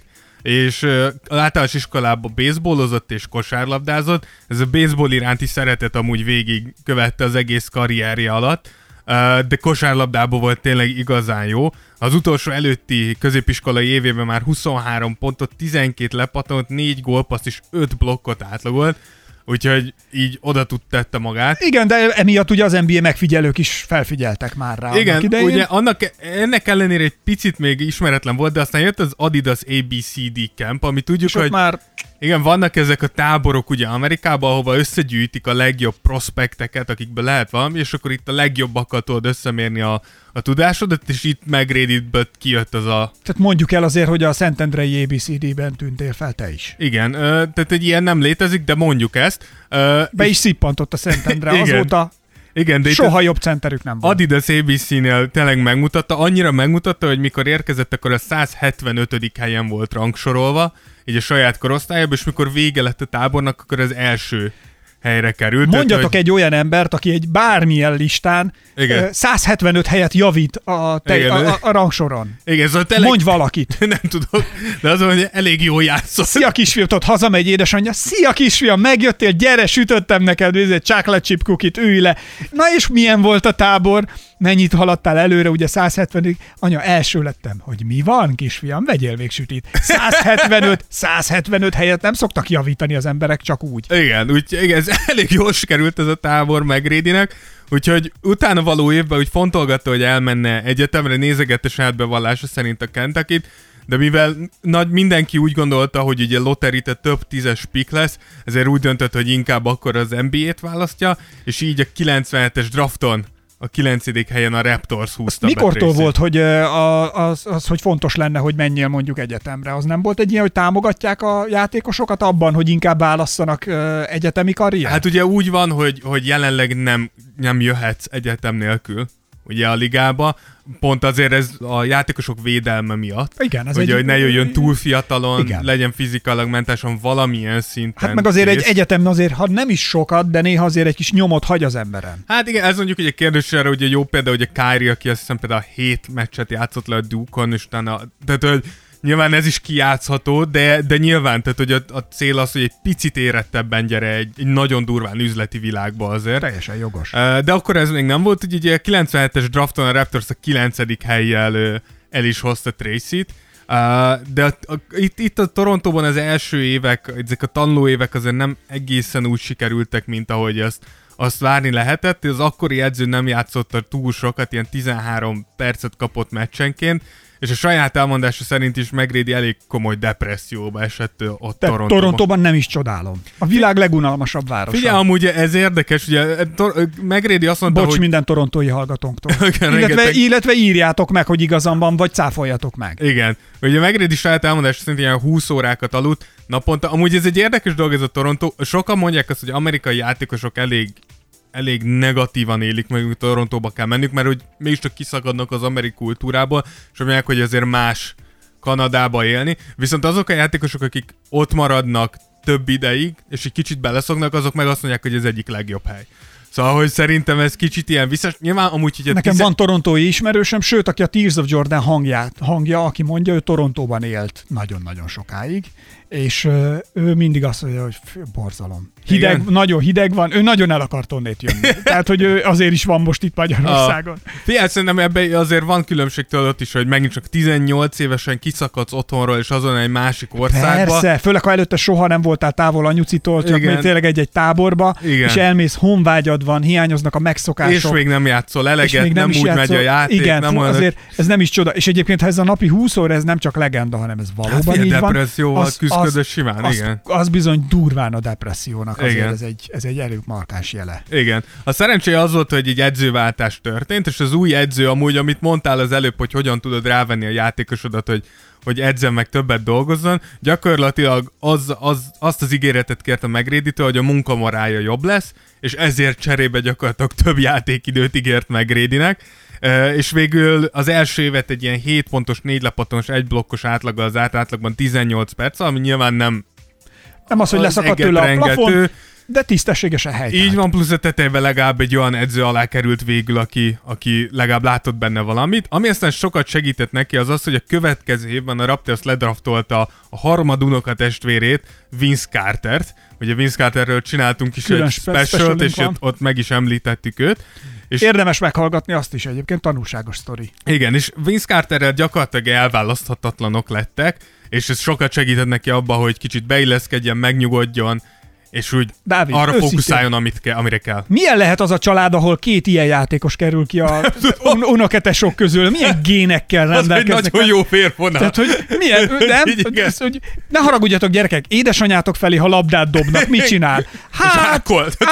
D: és általános iskolában baseballozott és kosárlabdázott. Ez a baseball iránti szeretet amúgy végig követte az egész karrierje alatt, de kosárlabdában volt tényleg igazán jó. Az utolsó előtti középiskolai évében már 23 pontot, 12 lepattant, 4 gólpaszt és 5 blokkot átlagolt, úgyhogy így oda tette magát.
C: Igen, de emiatt ugye az NBA megfigyelők is felfigyeltek már rá.
D: Igen, ugye ennek ellenére egy picit még ismeretlen volt, de aztán jött az Adidas ABCD Camp, ami tudjuk, hogy már... Igen, vannak ezek a táborok ugye Amerikában, ahova összegyűjtik a legjobb prospekteket, akikből lehet valami, és akkor itt a legjobbakkal tudod összemérni a tudásodat, és itt McGrady-ből kijött az a...
C: Tehát mondjuk el azért, hogy a Szentendrei ABCD-ben tűntél fel te is.
D: Igen, tehát egy ilyen nem létezik, de mondjuk ezt.
C: Be is szippantott a Szentendre, azóta igen, de soha jobb centerük nem volt.
D: Adidas ABC-nél tényleg megmutatta, annyira megmutatta, hogy mikor érkezett, akkor a 175. helyen volt rangsorolva, így a saját korosztályában, és mikor vége lett a tábornak, akkor az első helyre került.
C: Mondjatok tehát, egy olyan embert, aki egy bármilyen listán 175 helyet javít a rangsoron.
D: Igen, szóval
C: mondj valakit.
D: Nem tudok, de az, hogy elég jól játszott.
C: Szia kisfiam, tudod, hazamegy édesanyja, szia kisfiam, megjöttél, gyere, sütöttem neked egy chocolate chip cookie-t, ülj le. Na és milyen volt a tábor? Mennyit haladtál előre, ugye 170, anya, első lettem. Hogy mi van, kisfiam? Vegyél még sütit. 175 helyet nem szoktak javítani az emberek csak úgy.
D: Igen, úgyhogy ez elég jól sikerült ez a tábor McGradynek, úgyhogy utána való évben úgy fontolgatta, hogy elmenne egyetemre, nézegette saját bevallása szerint a Kentucky-t, de mivel mindenki úgy gondolta, hogy ugye lotterite több 10-es pick lesz, ezért úgy döntött, hogy inkább akkor az NBA-t választja, és így a 97-es drafton a 9. helyen a Raptors húzta.
C: Mikortól volt, hogy hogy fontos lenne, hogy menjél mondjuk egyetemre? Az nem volt egy ilyen, hogy támogatják a játékosokat abban, hogy inkább válasszanak egyetemi karriert?
D: Hát ugye úgy van, hogy jelenleg nem jöhetsz egyetem nélkül ugye a ligába, pont azért ez a játékosok védelme miatt.
C: Igen, ez
D: ugye, hogy ne jöjjön túl fiatalon, igen, legyen fizikailag, mentálisan valamilyen szinten.
C: Hát meg azért egy egyetem azért, ha nem is sokat, de néha azért egy kis nyomot hagy az emberen.
D: Hát igen, ez mondjuk ugye kérdésre, ugye jó példa, hogy a Kyrie, aki azt hiszem például 7 meccset játszott le a Duke-on, és utána, tehát hogy nyilván ez is kijátszható, de nyilván, tehát hogy a cél az, hogy egy picit érettebben gyere egy nagyon durván üzleti világba azért.
C: Teljesen jogos.
D: De akkor ez még nem volt, hogy ugye a 97-es drafton a Raptors a 9. hellyel el is hozta Tracy-t, de itt a Torontóban az első évek, ezek a tanuló évek azért nem egészen úgy sikerültek, mint ahogy azt várni lehetett. Az akkori edző nem játszott túl sokat, ilyen 13 percet kapott meccsenként, és a saját elmondása szerint is McGrady elég komoly depresszióba esett ott Torontóban.
C: Torontóban nem is csodálom. A világ legunalmasabb városa.
D: Figyelj, amúgy ez érdekes, ugye McGrady azt mondta,
C: hogy... minden torontói hallgatónktól. illetve írjátok meg, hogy igazam van, vagy cáfoljatok meg.
D: Igen. Ugye McGrady saját elmondása szerint ilyen 20 órákat aludt naponta. Amúgy ez egy érdekes dolog ez a Torontó. Sokan mondják azt, hogy amerikai játékosok elég negatívan élik meg, hogy Torontóba kell mennünk, mert hogy mégiscsak kiszakadnak az amerikai kultúrából, és mondják, hogy azért más Kanadába élni. Viszont azok a játékosok, akik ott maradnak több ideig, és egy kicsit beleszoknak, azok meg azt mondják, hogy ez egyik legjobb hely. Szóval, hogy szerintem ez kicsit ilyen visszas... Nyilván amúgy, hogy
C: nekem van torontói ismerősöm, sőt, aki a Tears of Jordan hangja, aki mondja, ő Torontóban élt nagyon-nagyon sokáig, és ő mindig azt mondja, hogy borzalom. Hideg, nagyon hideg van, ő nagyon el akart onnét jönni. Tehát, hogy ő azért is van most itt Magyarországon.
D: Figyelj, szerintem ebben azért van különbség tőled is, hogy megint csak 18 évesen kiszakadsz otthonról, és azon egy másik országba.
C: Persze, főleg ha előtte soha nem voltál távol anyucitól, csak még tényleg egy táborba, igen, és elmész, honvágyad van, hiányoznak a megszokások.
D: És még nem játszol eleget, nem úgy megy a játék.
C: Igen, nem azért ez nem is csoda. És egyébként, ha ez a napi 20 óra, ez nem csak legenda, hanem ez valóban így van.
D: Depresszióval küzdködös simán, igen.
C: Az bizony durván a depressziónak. Azért ez egy elég markáns jele.
D: Igen. A szerencséje az volt, hogy egy edzőváltás történt, és az új edző amúgy, amit mondtál az előbb, hogy hogyan tudod rávenni a játékosodat, hogy edzem meg többet dolgozzon, gyakorlatilag azt az ígéretet kérte McGrady-től, hogy a munkamorálja jobb lesz, és ezért cserébe gyakorlatilag több játékidőt ígért McGrady-nek, és végül az első évet egy ilyen 7 pontos, 4 lepattonos, 1 blokkos átlaggal az átlagban 18 perc, ami nyilván nem
C: az, hogy leszakadt tőle a plafon, De tisztességesen helytált.
D: Így van, plusz a tetejében legalább egy olyan edző alá került végül, aki legalább látott benne valamit. Ami aztán sokat segített neki az az, hogy a következő évben a Raptors ledraftolta a harmad unokatestvérét, Vince Cartert. Ugye Vince Carterről csináltunk is egy specialt, és ott meg is említettük őt. És
C: érdemes meghallgatni azt is egyébként, tanulságos sztori.
D: Igen, és Vince Carterrel gyakorlatilag elválaszthatatlanok lettek, és ez sokat segített neki abba, hogy kicsit beilleszkedjen, megnyugodjon, és úgy
C: Dávid,
D: arra fókuszáljon, amire kell.
C: Milyen lehet az a család, ahol 2 ilyen játékos kerül ki a unokatesok közül? Milyen génekkel rendelkeznek?
D: Az egy nagyon jó férfonal.
C: Tehát, hogy milyen, nem? Ez, hogy ne haragudjatok, gyerekek, édesanyátok felé, ha labdát dobnak, mit csinál? Hát,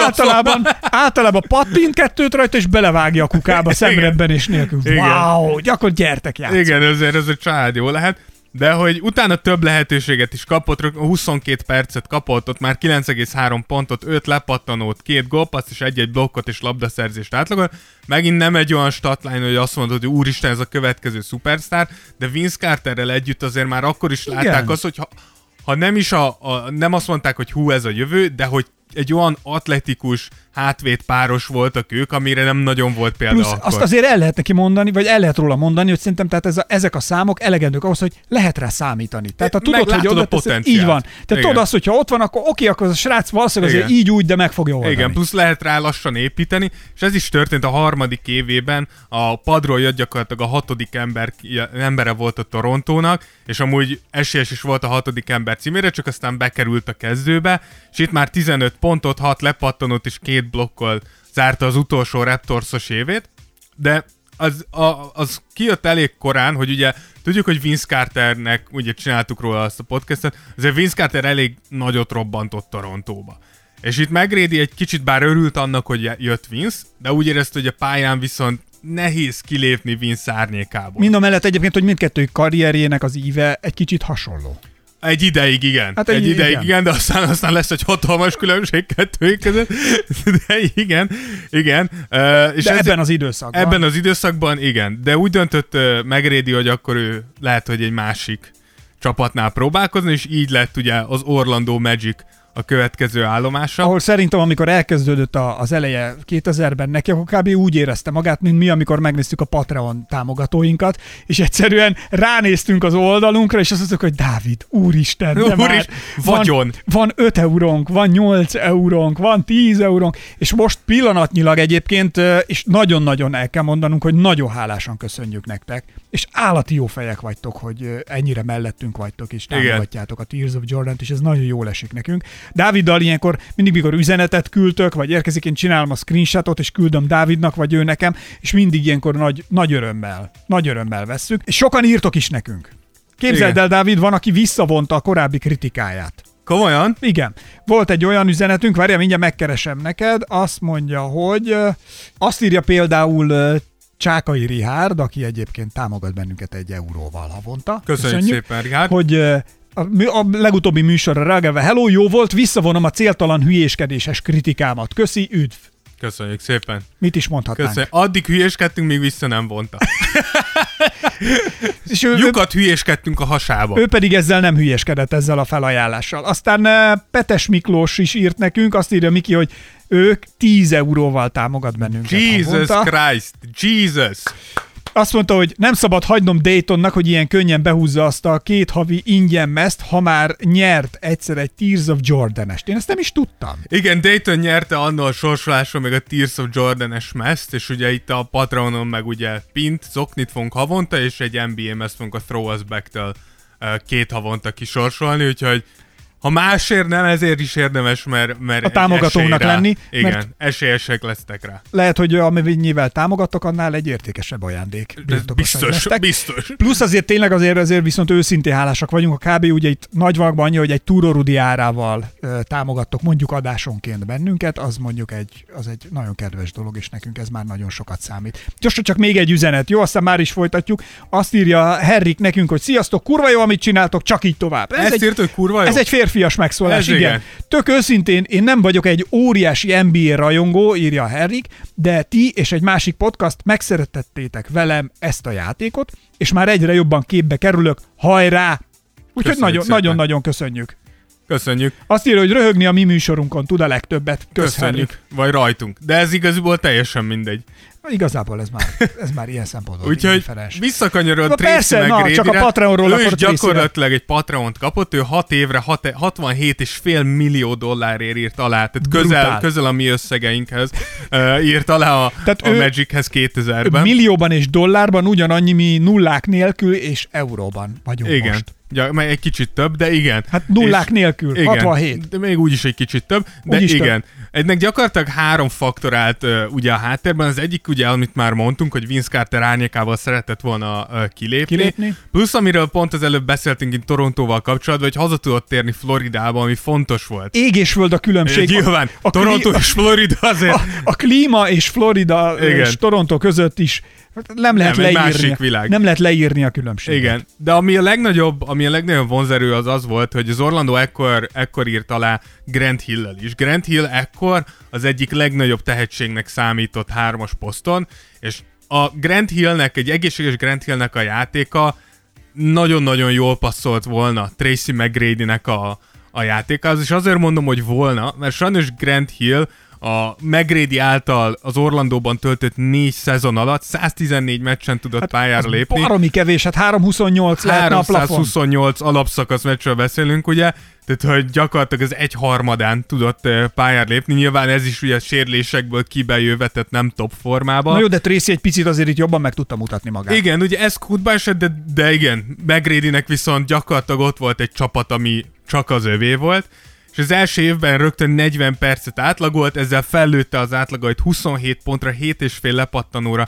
C: általában pattint 2 rajta, és belevágja a kukába szemrebbenés nélkül. Wow, akkor gyertek játszani.
D: Igen, ezért ez a család jó lehet. De hogy utána több lehetőséget is kapott, 22 percet kapott, ott már 9,3 pontot, 5 lepattanót, 2 gólpasszt és 1 blokkot és labdaszerzést átlagolt. Megint nem egy olyan statline, hogy azt mondod, hogy úristen, ez a következő szupersztár, de Vince Carterrel együtt azért már akkor is látták azt, hogy ha nem is nem azt mondták, hogy hú, ez a jövő, de hogy egy olyan atletikus hátvét páros voltak ők, amire nem nagyon volt példa
C: plusz
D: akkor.
C: Azt azért el lehet neki mondani, vagy el lehet róla mondani, hogy szerintem tehát ezek a számok elegendők ahhoz, hogy lehet rá számítani. Tehát ha tudod, hogy oda teszed, így van. Tehát tudod azt, hogy ha ott van, akkor oké, akkor az a srác valószínűleg azért így úgy, de meg fogja oldani.
D: Igen, plusz lehet rá lassan építeni, és ez is történt a 3. évében, a padról jött gyakorlatilag a 6. embere volt a Torontónak, és amúgy esélyes is volt a 6. ember címére, csak aztán bekerült a kezdőbe, és itt már 15 pontot, 6 lepattanót és 2 blokkal zárta az utolsó Raptorsos évét, de az kijött elég korán, hogy ugye tudjuk, hogy Vince Carternek, ugye csináltuk róla azt a podcastet, azért Vince Carter elég nagyot robbantott Torontóba. És itt McGrady egy kicsit bár örült annak, hogy jött Vince, de úgy érezte, hogy a pályán viszont nehéz kilépni Vince árnyékából.
C: Mind a mellett egyébként, hogy mindkettőjük karrierjének az íve egy kicsit hasonló.
D: Egy ideig igen. Hát egy ideig igen, de aztán lesz egy hatalmas különbség kettőjük között. De igen. És
C: de ebben az időszakban.
D: Ebben az időszakban igen. De úgy döntött McGrady, hogy akkor ő lehet, hogy egy másik csapatnál próbálkozni, és így lett ugye az Orlando Magic a következő állomása.
C: Ahol szerintem, amikor elkezdődött az eleje 2000-ben neki, akkor kb. Úgy érezte magát, mint mi, amikor megnéztük a Patreon támogatóinkat, és egyszerűen ránéztünk az oldalunkra, és azt mondtuk, hogy Dávid, úristen, de már van 5 eurónk, van 8 eurónk, van 10 eurónk, és most pillanatnyilag egyébként, és nagyon-nagyon el kell mondanunk, hogy nagyon hálásan köszönjük nektek, és állati jó fejek vagytok, hogy ennyire mellettünk vagytok, és támogatjátok a Tears of Jordan-t, és ez nagyon jól esik nekünk. Dáviddal ilyenkor mindig, mikor üzenetet küldtök, vagy érkezik, én csinálom a screenshotot, és küldöm Dávidnak, vagy ő nekem, és mindig ilyenkor nagy örömmel vesszük. És sokan írtok is nekünk. Képzeld el, Dávid, van, aki visszavonta a korábbi kritikáját.
D: Komolyan?
C: Igen. Volt egy olyan üzenetünk, várjál, mindjárt megkeresem neked, azt mondja, hogy azt írja például Csákai Richárd, aki egyébként támogat bennünket 1 euróval havonta.
D: Köszönjük szépen, Richárd.
C: Hogy a legutóbbi műsorra reagálva, hello, jó volt, visszavonom a céltalan hülyéskedéses kritikámat. Köszi, üdv!
D: Köszönjük szépen.
C: Mit is mondhatnánk?
D: Köszönjük. Addig hülyéskedtünk, még vissza nem vonta.
C: És
D: lyukat hülyéskedtünk a hasába.
C: Ő pedig ezzel nem hülyéskedett, ezzel a felajánlással. Aztán Petes Miklós is írt nekünk, azt írja Miki, hogy ők 10 euróval támogat bennünket
D: Jesus Christ, Jesus!
C: Azt mondta, hogy nem szabad hagynom Daytonnak, hogy ilyen könnyen behúzza azt a 2 havi ingyen meszt, ha már nyert egyszer egy Tears of Jordan-est. Én ezt nem is tudtam.
D: Igen, Dayton nyerte annól a sorsoláson meg a Tears of Jordan-es meszt, és ugye itt a Patreonon meg ugye pint, zoknit fogunk havonta, és egy NBA meszt fogunk a Throw Us Back-től 2 havonta kisorsolni, úgyhogy ha másért nem, ezért is érdemes, mert
C: a támogatónak lenni.
D: Igen, esélyesek lesztek rá.
C: Lehet, hogy amennyivel támogattok, annál egy értékesebb ajándék.
D: Biztos.
C: Plusz azért tényleg azért viszont őszintén hálásak vagyunk. A kb. Ugye itt nagy vonalakban annyi, hogy egy túrorudi árával támogattok mondjuk adásonként bennünket, az mondjuk egy nagyon kedves dolog, és nekünk ez már nagyon sokat számít. Csak még egy üzenet, jó? Aztán már is folytatjuk. Azt írja Henrik nekünk, hogy sziasztok, kurva jó, amit csináltok, csak így tovább.
D: Ezt írt, hogy kurva jó?
C: Ez egy férfias megszólás, igen. Tök őszintén, én nem vagyok egy óriási NBA rajongó, írja Henrik, de ti és egy másik podcast megszerettettétek velem ezt a játékot, és már egyre jobban képbe kerülök, hajrá! Úgyhogy nagyon-nagyon köszönjük.
D: Köszönjük.
C: Azt írja, hogy röhögni a mi műsorunkon tud a legtöbbet.
D: Köszönjük. Vagy rajtunk. De ez igazából teljesen mindegy.
C: Igazából ez már ilyen szempontból.
D: Úgyhogy visszakanyarod Tracy McGrady-re.
C: Csak a Patreonról
D: ő is gyakorlatilag egy Patreont kapott, ő 6 évre $67,5 millió írt alá, tehát közel a mi összegeinkhez írt alá a Magichez 2000-ben.
C: Millióban és dollárban ugyanannyi, mi nullák nélkül és euróban vagyunk
D: igen.
C: most.
D: Ja, egy kicsit több, de igen.
C: Hát nullák nélkül, igen, 67.
D: De még úgyis egy kicsit több, de úgyis igen. Ennek gyakorlatilag 3 faktor állt ugye a háttérben. Az egyik ugye, amit már mondtunk, hogy Vince Carter árnyékával szeretett volna kilépni. Plusz amiről pont az előbb beszéltünk itt Torontóval kapcsolatban, hogy haza tudott térni Floridába, ami fontos volt.
C: Ég és föld a különbség.
D: Nyilván, Toronto és Florida azért.
C: A klíma és Florida és Toronto között is nem lehet leírni. Nem lehet leírni a különbséget.
D: Igen, de ami a legnagyobb vonzerő az volt, hogy az Orlando ekkor írt alá Grant Hill-lel is. Grant Hill ekkor az egyik legnagyobb tehetségnek számított 3-as poszton, és a Grant Hillnek, egy egészséges Grant Hillnek a játéka nagyon-nagyon jól passzolt volna Tracy McGrady-nek a játékához, és azért mondom, hogy volna, mert sajnos Grant Hill a McGrady által az Orlandóban töltött 4 szezon alatt 114 meccsen tudott pályára lépni.
C: Baromi kevés, hát 328 lehetne a plafon.
D: 328 alapszakasz meccsről beszélünk, ugye? Tehát, hogy gyakorlatilag az 1/3 tudott pályára lépni. Nyilván ez is ugye sérülésekből kibejövetett, nem top formában.
C: Na jó, de Tracy egy picit azért itt jobban meg tudta mutatni magát.
D: Igen, ugye ez kútba esett, de igen, McGradynek viszont gyakorlatilag ott volt egy csapat, ami csak az övé volt. És az első évben rögtön 40 percet átlagolt, ezzel fellőtte az átlagait 27 pontra, 7,5 lepattanóra,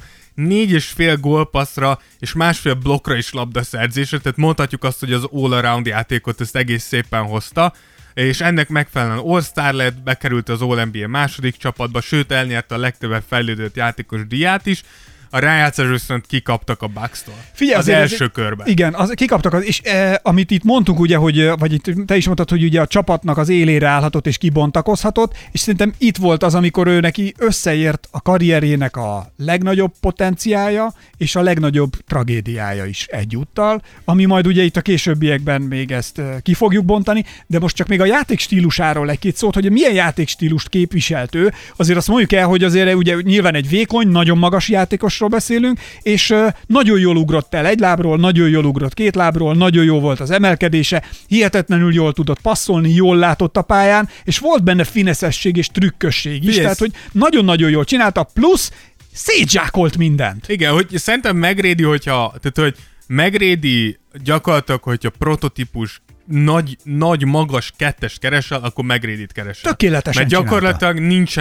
D: 4,5 gólpasszra és 1,5 blokkra is labdaszerzésre, tehát mondhatjuk azt, hogy az all-around játékot ezt egész szépen hozta, és ennek megfelelően All-Star lett, bekerült az All-NBA második csapatba, sőt elnyerte a legtöbbet fejlődött játékos díját is. A rájátszás viszont kikaptak a Bucks-tól.
C: Figyelj,
D: az első körben.
C: Igen, kikaptak, és amit itt mondtunk, ugye, vagy itt te is mondtad, hogy ugye a csapatnak az élére állhatott és kibontakozhatott, és szerintem itt volt az, amikor ő neki összeért a karrierjének a legnagyobb potenciája, és a legnagyobb tragédiája is egyúttal, ami majd ugye itt a későbbiekben még ezt ki fogjuk bontani, de most csak még a játékstílusáról egy-két szót, hogy milyen játékstílust képviselt ő, azért azt mondjuk el, hogy azért ugye nyilván egy vékony, nagyon magas játékos beszélünk, és nagyon jól ugrott el egy lábról, nagyon jól ugrott 2 lábról, nagyon jó volt az emelkedése, hihetetlenül jól tudott passzolni, jól látott a pályán, és volt benne fineszesség és trükkösség is, tehát hogy nagyon-nagyon jól csinálta, plusz szétzsákolt mindent.
D: Igen, hogy szerintem McGrady, hogy McGrady gyakorlatilag, hogyha prototípus nagy magas 2-es keresel, akkor McGrady-t keresel.
C: Tökéletesen
D: mert gyakorlatilag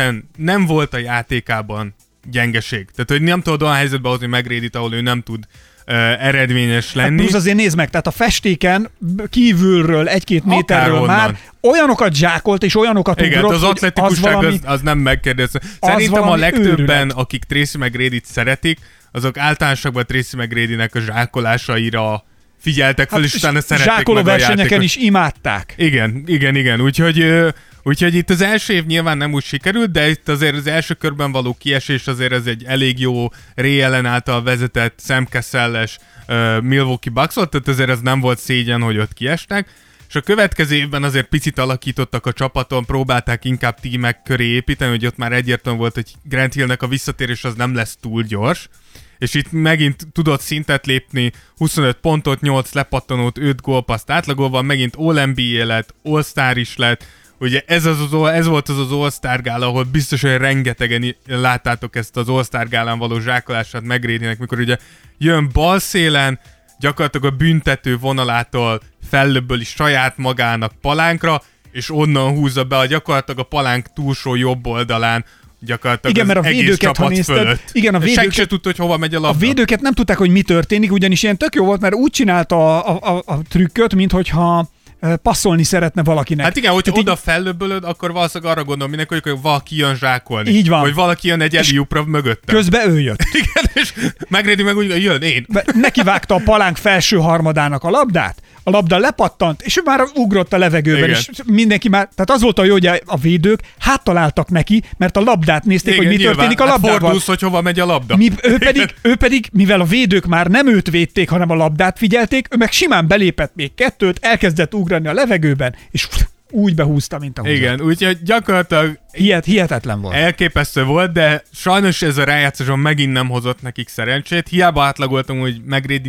D: nem volt a játékában gyengeség. Tehát, hogy nem tudod olyan helyzetbe hozni McGrady-t, ahol ő nem tud eredményes lenni.
C: Hát plusz azért nézd meg, tehát a festéken kívülről 1-2 méterről már olyanokat zsákolt és olyanokat ugrott,
D: igen, az atletikusság
C: valami...
D: az nem megkérdező. Szerintem a legtöbben, akik Tracy McGrady-t szeretik, azok általánosságban Tracy McGrady-nek a zsákolásaira figyeltek fel, és utána szerették
C: zsákoló
D: meg a
C: versenyeken
D: játékot.
C: is imádták.
D: Igen. Úgyhogy itt az első év nyilván nem úgy sikerült, de itt azért az első körben való kiesés azért ez egy elég jó Ray Allen által vezetett Sam Cassell-es Milwaukee Bucks volt, tehát azért ez nem volt szégyen, hogy ott kiestek. És a következő évben azért picit alakítottak a csapaton, próbálták inkább tímek köré építeni, hogy ott már egyértelmű volt, hogy Grant Hillnek a visszatérés az nem lesz túl gyors. És itt megint tudott szintet lépni, 25 pontot, 8 lepattanót, 5 gólpasszt átlagolva, megint All-NBA lett, All-Star is lett. Ugye ez volt az All-Star gála, ahol biztos, hogy rengetegen láttátok ezt az All-Star gálán való zsákolását McGradynek, mikor ugye jön bal szélen, gyakorlatilag a büntető vonalától fellöbböli saját magának palánkra, és onnan húzza be gyakorlatilag a palánk túlsó jobb oldalán, gyakorlatilag
C: igen, mert a
D: egész
C: védőket,
D: csapat fölött.
C: Igen, a védőket,
D: senki se tudta, hogy hova megy a labda.
C: A védőket nem tudták, hogy mi történik, ugyanis ilyen tök jó volt, mert úgy csinálta a trükköt, minthogyha passzolni szeretne valakinek.
D: Hát igen, hogyha oda fellöbbölöd, akkor valószínűleg arra gondol mindenki, hogy valaki jön zsákolni.
C: Így van.
D: Vagy valaki jön egy eliupra mögöttem.
C: Közben ő jött.
D: Igen, és McGrady meg úgy jön én.
C: Neki vágta a palánk felső harmadának a labdát, a labda lepattant, és ő már ugrott a levegőben, igen. És mindenki már, tehát az volt a jó, hogy a védők háttaláltak neki, mert a labdát nézték, igen, hogy mi történik a labdával.
D: Fordulsz, hogy hova megy a labda.
C: Ő pedig, mivel a védők már nem őt védték, hanem a labdát figyelték, ő meg simán belépett még 2-t, elkezdett ugrani a levegőben, és úgy behúzta, mint a húzat.
D: Igen, úgyhogy gyakorlatilag
C: Hihetetlen volt.
D: elképesztő volt, de sajnos ez a rájátszáson megint nem hozott nekik szerencsét. Hiába átlagoltam, hogy McGrady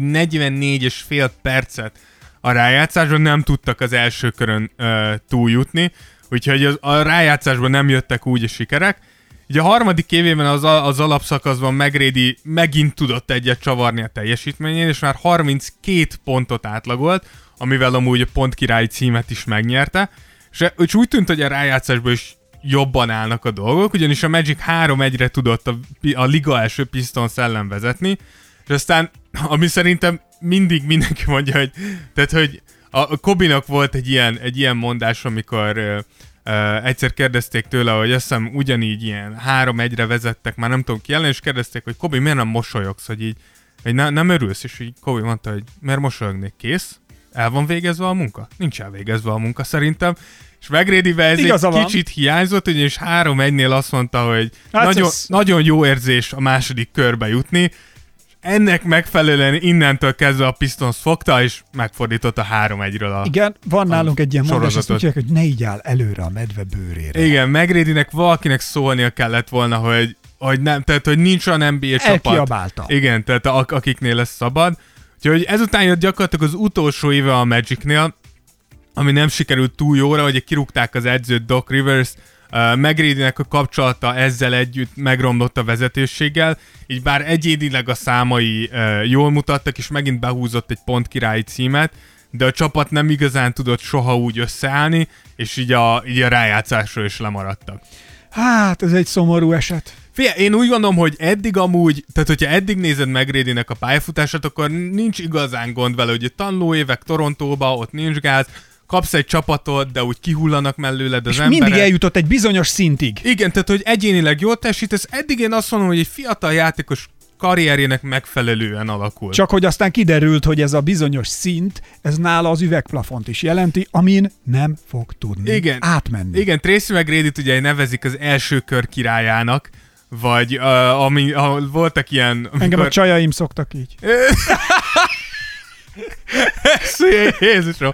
D: 44,5 percet a rájátszáson, nem tudtak az első körön túljutni, úgyhogy a rájátszásban nem jöttek úgy a sikerek. Ugye a harmadik évében az alapszakaszban McGrady megint tudott egyet csavarni a teljesítményén, és már 32 pontot átlagolt, amivel amúgy a pontkirályi címet is megnyerte, és úgy tűnt, hogy a rájátszásban is jobban állnak a dolgok, ugyanis a Magic 3-1-re tudott a liga első Pistons ellen vezetni, és aztán, ami szerintem mindig mindenki mondja, hogy a Kobinak volt egy ilyen mondás, amikor egyszer kérdezték tőle, hogy azt hiszem ugyanígy ilyen 3-1-re vezettek, már nem tudom ki ellen, és kérdezték, hogy Kobi, miért nem mosolyogsz, hogy nem örülsz, és így Kobi mondta, hogy miért mosolyognék, kész? El van végezve a munka? Nincs elvégezve a munka szerintem. És McGradybe ez egy kicsit hiányzott, ugyanis 3-1-nél azt mondta, hogy nagyon jó érzés a második körbe jutni, ennek megfelelően innentől kezdve a Pistons fogta, és megfordította 3-1-ről a
C: Igen, van nálunk egy ilyen mondás, azt mondják, hogy ne így áll előre a medve bőrére.
D: Igen, McGradynek valakinek szólnia kellett volna, hogy nem, tehát hogy nincs olyan NBA csapat.
C: Elkiabálta.
D: Igen, tehát akiknél lesz szabad. Úgyhogy ezután jött gyakorlatilag az utolsó éve a Magicnél, ami nem sikerült túl jóra, hogy kirúgták az edzőt, Doc Rivers, McGradynek a kapcsolata ezzel együtt megromlott a vezetőséggel, így bár egyénileg a számai jól mutattak, és megint behúzott egy pontkirályi címet, de a csapat nem igazán tudott soha úgy összeállni, és így a rájátszásról is lemaradtak.
C: Hát, ez egy szomorú eset.
D: Figyelj, én úgy gondolom, hogy eddig amúgy, tehát hogyha eddig nézed McGradynek a pályafutását, akkor nincs igazán gond vele, hogy a tanulóévek Torontóba, ott nincs gáz, kapsz egy csapatot, de úgy kihullanak mellőled az emberek.
C: Mindig eljutott egy bizonyos szintig.
D: Igen, tehát hogy egyénileg jól teljesítesz, eddig én azt mondom, hogy egy fiatal játékos karrierjének megfelelően alakul.
C: Csak hogy aztán kiderült, hogy ez a bizonyos szint, ez nála az üvegplafont is jelenti, amin nem fog tudni átmenni.
D: Igen, Tracy McGradyt ugye nevezik az első kör királyának, vagy voltak ilyen...
C: Engem a csajaim szoktak így.
D: Jézusom!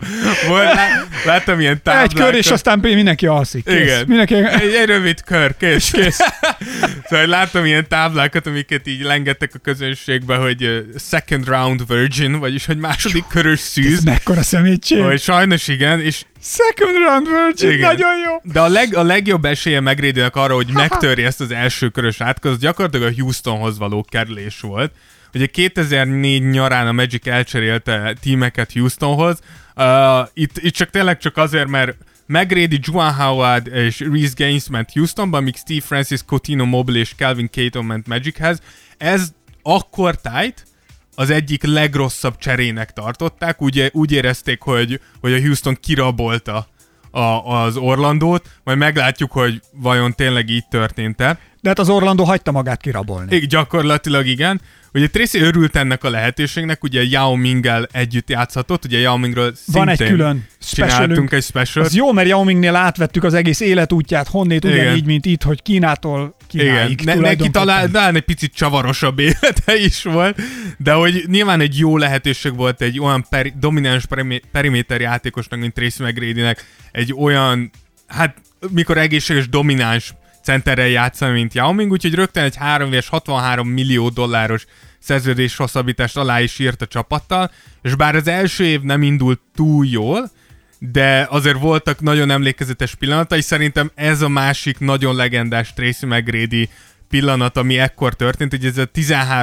D: Láttam ilyen táblákat.
C: Egy kör, és aztán mindenki alszik. Kész.
D: Igen.
C: Mindenki...
D: Egy rövid kör, kész. Szóval láttam ilyen táblákat, amiket így lengettek a közönségbe, hogy second round virgin, vagyis hogy második körös szűz. Ez
C: mekkora szemétség.
D: Hogy sajnos igen, és
C: second round virgin, igen. Nagyon jó.
D: De a legjobb esélye McGradynek arra, hogy megtörje ezt az első körös átkoz, gyakorlatilag a Houstonhoz való kerülés volt. Ugye 2004 nyarán a Magic elcserélte tímeket Houstonhoz. Itt csak azért, mert McGrady, Juwan Howard és Reese Gaines ment Houstonba, míg Steve Francis, Coutinho Mobile és Calvin Caton ment Magichez. Ez akkor tájt az egyik legrosszabb cserének tartották. Úgy érezték, hogy a Houston kirabolta az Orlandót, majd meglátjuk, hogy vajon tényleg így történt-e.
C: De hát az Orlando hagyta magát kirabolni.
D: Gyakorlatilag igen. Ugye Tracy örült ennek a lehetőségnek, ugye Yao Minggel együtt játszhatott, ugye Yao Mingről
C: van egy külön
D: csináltunk egy special.
C: Az jó, mert Yao Mingnél átvettük az egész életútját, honnét ugyanígy, mint itt, hogy Kínától Kínáig.
D: Igen, neki talán egy picit csavarosabb élete is volt, de hogy nyilván egy jó lehetőség volt egy olyan domináns periméter játékosnak, mint Tracy McGradynek, egy olyan, hát mikor egészséges, domináns centerrel játszani, mint Yao Ming, úgyhogy rögtön egy 3 éves, $63 millió szerződés hosszabbítást alá is írt a csapattal, és bár az első év nem indult túl jól, de azért voltak nagyon emlékezetes pillanatai, szerintem ez a másik nagyon legendás Tracy McGrady pillanat, ami ekkor történt, hogy ez a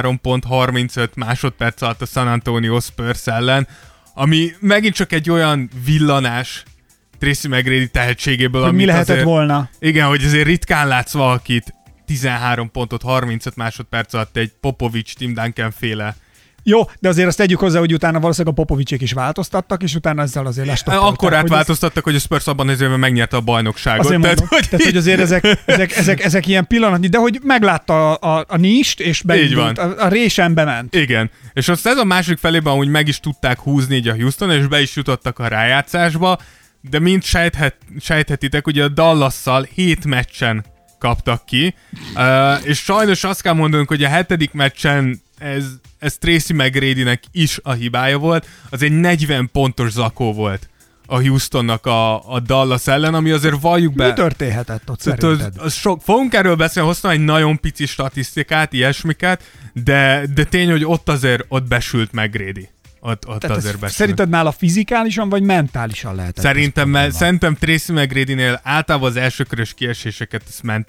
D: 13.35 másodperc alatt a San Antonio Spurs ellen, ami megint csak egy olyan villanás Tracy McGrady tehetségéből,
C: hogy mi lehetett azért, volna.
D: Igen, hogy azért ritkán látsz valakit 13 pontot 35 másodperc alatt egy Popovics, Tim Duncan féle.
C: Jó, de azért azt tegyük hozzá, hogy utána valószínűleg a Popovicsék is változtattak, és utána ezzel azért lestoppolták.
D: Akkor átváltoztattak, hogy a Spurs abban az évben megnyerte a bajnokságot.
C: Azért mondom, hogy azért ezek ilyen pillanatnyi, de hogy meglátta a nist, és beindult, a résen bement.
D: Igen, és azt ez a másik felében, ahogy meg is tudták húzni így a Houston, és be is jutottak a rájátszásba, de mint sejthetitek, ugye a Dallasszal 7 meccsen kaptak ki, és sajnos azt kell mondanunk, hogy a 7. meccsen ez Tracy McGradynek is a hibája volt, az egy 40 pontos zakó volt a Houstonnak a Dallas ellen, ami azért valljuk be...
C: Mi történhetett ott szerinted?
D: Fogunk erről beszélni, hoztam egy nagyon pici statisztikát, ilyesmiket, de tény, hogy ott besült McGrady. Ott azért besült.
C: Szerinted nála fizikálisan vagy mentálisan lehetett?
D: Szerintem Tracy McGrady-nél általában az elsőkörös kieséseket